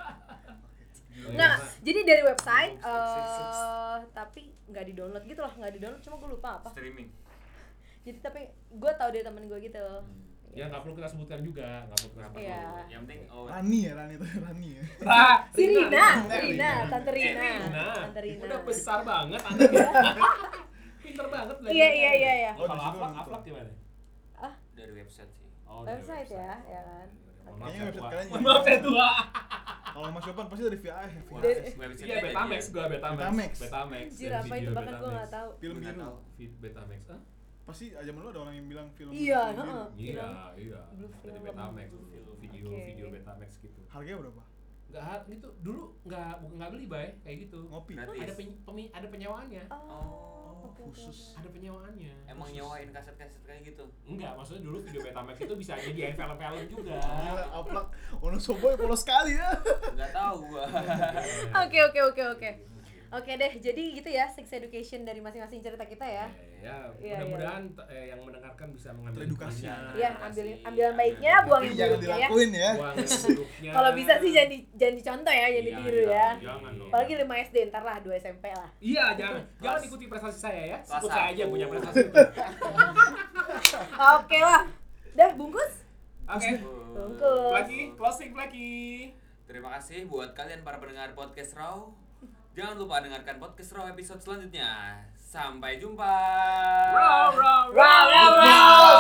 Speaker 4: Oh,
Speaker 3: Enggak,
Speaker 4: iya.
Speaker 3: jadi dari website
Speaker 1: Seks, seks, seks.
Speaker 3: eh tapi nggak di-download gitu loh, nggak di-download, cuma gue lupa apa.
Speaker 1: Streaming.
Speaker 3: Jadi tapi gue tahu dari temen gue gitu.
Speaker 4: Ya nggak perlu kita sebutkan juga, nggak perlu kita sebutkan.
Speaker 3: Iya.
Speaker 1: Yang penting oh
Speaker 2: Rani ya, Rani itu Rani ya.
Speaker 4: Ra,
Speaker 3: Si Rina,
Speaker 2: Rina,
Speaker 3: Rina,
Speaker 2: Rina.
Speaker 3: Tante Rina,
Speaker 4: Eh, Rina.
Speaker 3: Tante Rina.
Speaker 4: Udah besar banget anaknya. Pinter banget belajarnya.
Speaker 3: Iya, iya, iya, iya.
Speaker 2: Oh, di
Speaker 4: Kalau
Speaker 2: situ
Speaker 4: Aflak,
Speaker 2: nonton.
Speaker 4: Aflak gimana?
Speaker 1: dari website sih.
Speaker 4: Oh, dari
Speaker 3: Website ya, ya kan.
Speaker 4: Mohon maaf
Speaker 2: Kayaknya
Speaker 4: saya
Speaker 2: website
Speaker 4: tua.
Speaker 2: kalian
Speaker 4: Mohon
Speaker 2: juga.
Speaker 4: maaf saya tua.
Speaker 2: Kalau Mas Yopan pasti dari V I F.
Speaker 3: Dari-
Speaker 1: Website
Speaker 4: Iya, Betamax gua, Betamax.
Speaker 2: Betamax.
Speaker 4: Betamax.
Speaker 3: Anjir,
Speaker 4: Dari
Speaker 3: apa
Speaker 4: video
Speaker 3: itu bahkan gue
Speaker 4: Betamax.
Speaker 3: nggak tahu.
Speaker 2: Film
Speaker 1: Gua nggak
Speaker 2: biru.
Speaker 1: tahu.
Speaker 4: Vid- Betamax. Hah?
Speaker 2: Pasti aja dulu ada orang yang bilang film
Speaker 3: Iya,
Speaker 2: film biru.
Speaker 3: heeh.
Speaker 4: Iya,
Speaker 3: Film.
Speaker 4: iya.
Speaker 3: Blue
Speaker 4: Dari
Speaker 3: film.
Speaker 4: Betamax, video
Speaker 3: Oke.
Speaker 4: video Betamax gitu.
Speaker 2: Harganya berapa?
Speaker 4: Enggak ha- gitu. Dulu enggak enggak beli, Bay, kayak gitu.
Speaker 2: Ngopi.
Speaker 1: Gratis.
Speaker 4: Ada peny- pemi- ada penyewaannya.
Speaker 3: Oh,
Speaker 2: Oh,
Speaker 3: oke, oke,
Speaker 2: khusus.
Speaker 4: Ada penyewaannya.
Speaker 1: Emang
Speaker 4: Khusus.
Speaker 1: nyewain kaset-kaset kayak gitu.
Speaker 4: Enggak, maksudnya dulu video Betamax itu bisa jadiin film-film juga.
Speaker 2: Gila, Aplak Ono Soboy polos sekali ya.
Speaker 1: Enggak tahu gua.
Speaker 3: Oke, oke, oke, oke. Oke deh, jadi gitu ya sex education dari masing-masing cerita kita ya.
Speaker 4: Ya,
Speaker 3: Iya,
Speaker 4: mudah-mudahan t- eh, yang mendengarkan bisa mengambil
Speaker 2: Teredukasi.
Speaker 4: hikmahnya.
Speaker 3: Iya,
Speaker 1: kasih.
Speaker 3: ambil ambil baiknya, buang yang
Speaker 2: Tapi jangan
Speaker 3: buruknya ya.
Speaker 2: dilakuin ya.
Speaker 4: Buang yang buruknya.
Speaker 3: Kalau bisa sih jangan di, jangan dicontoh ya, jangan
Speaker 4: Iya,
Speaker 3: ditiru
Speaker 4: iya,
Speaker 3: ya.
Speaker 4: Jangan dong.
Speaker 3: Apalagi lima S D, ntar lah dua S M P lah.
Speaker 4: Iya, jangan.
Speaker 1: Kelas-
Speaker 4: Jangan ikuti prestasi saya ya.
Speaker 1: kelas
Speaker 4: Sebut saya aja
Speaker 1: satu.
Speaker 4: punya prestasi.
Speaker 3: Oke lah. Dah bungkus?
Speaker 4: Oke.
Speaker 3: Bungkus.
Speaker 4: Lagi closing lagi.
Speaker 1: Terima kasih buat kalian para pendengar podcast Raw. Jangan lupa dengarkan podcast Raw episode selanjutnya. Sampai jumpa.
Speaker 4: Raw, raw,
Speaker 3: Raw, raw, raw.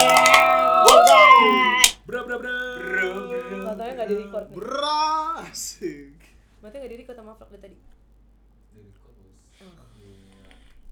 Speaker 4: Bro, bro, bro.
Speaker 1: Bro, bro.
Speaker 3: Fotonya nggak di record nih.
Speaker 2: Berasik.
Speaker 3: Berarti nggak di record sama vlog dari tadi.
Speaker 1: Dari kok, Bos?
Speaker 3: Oh.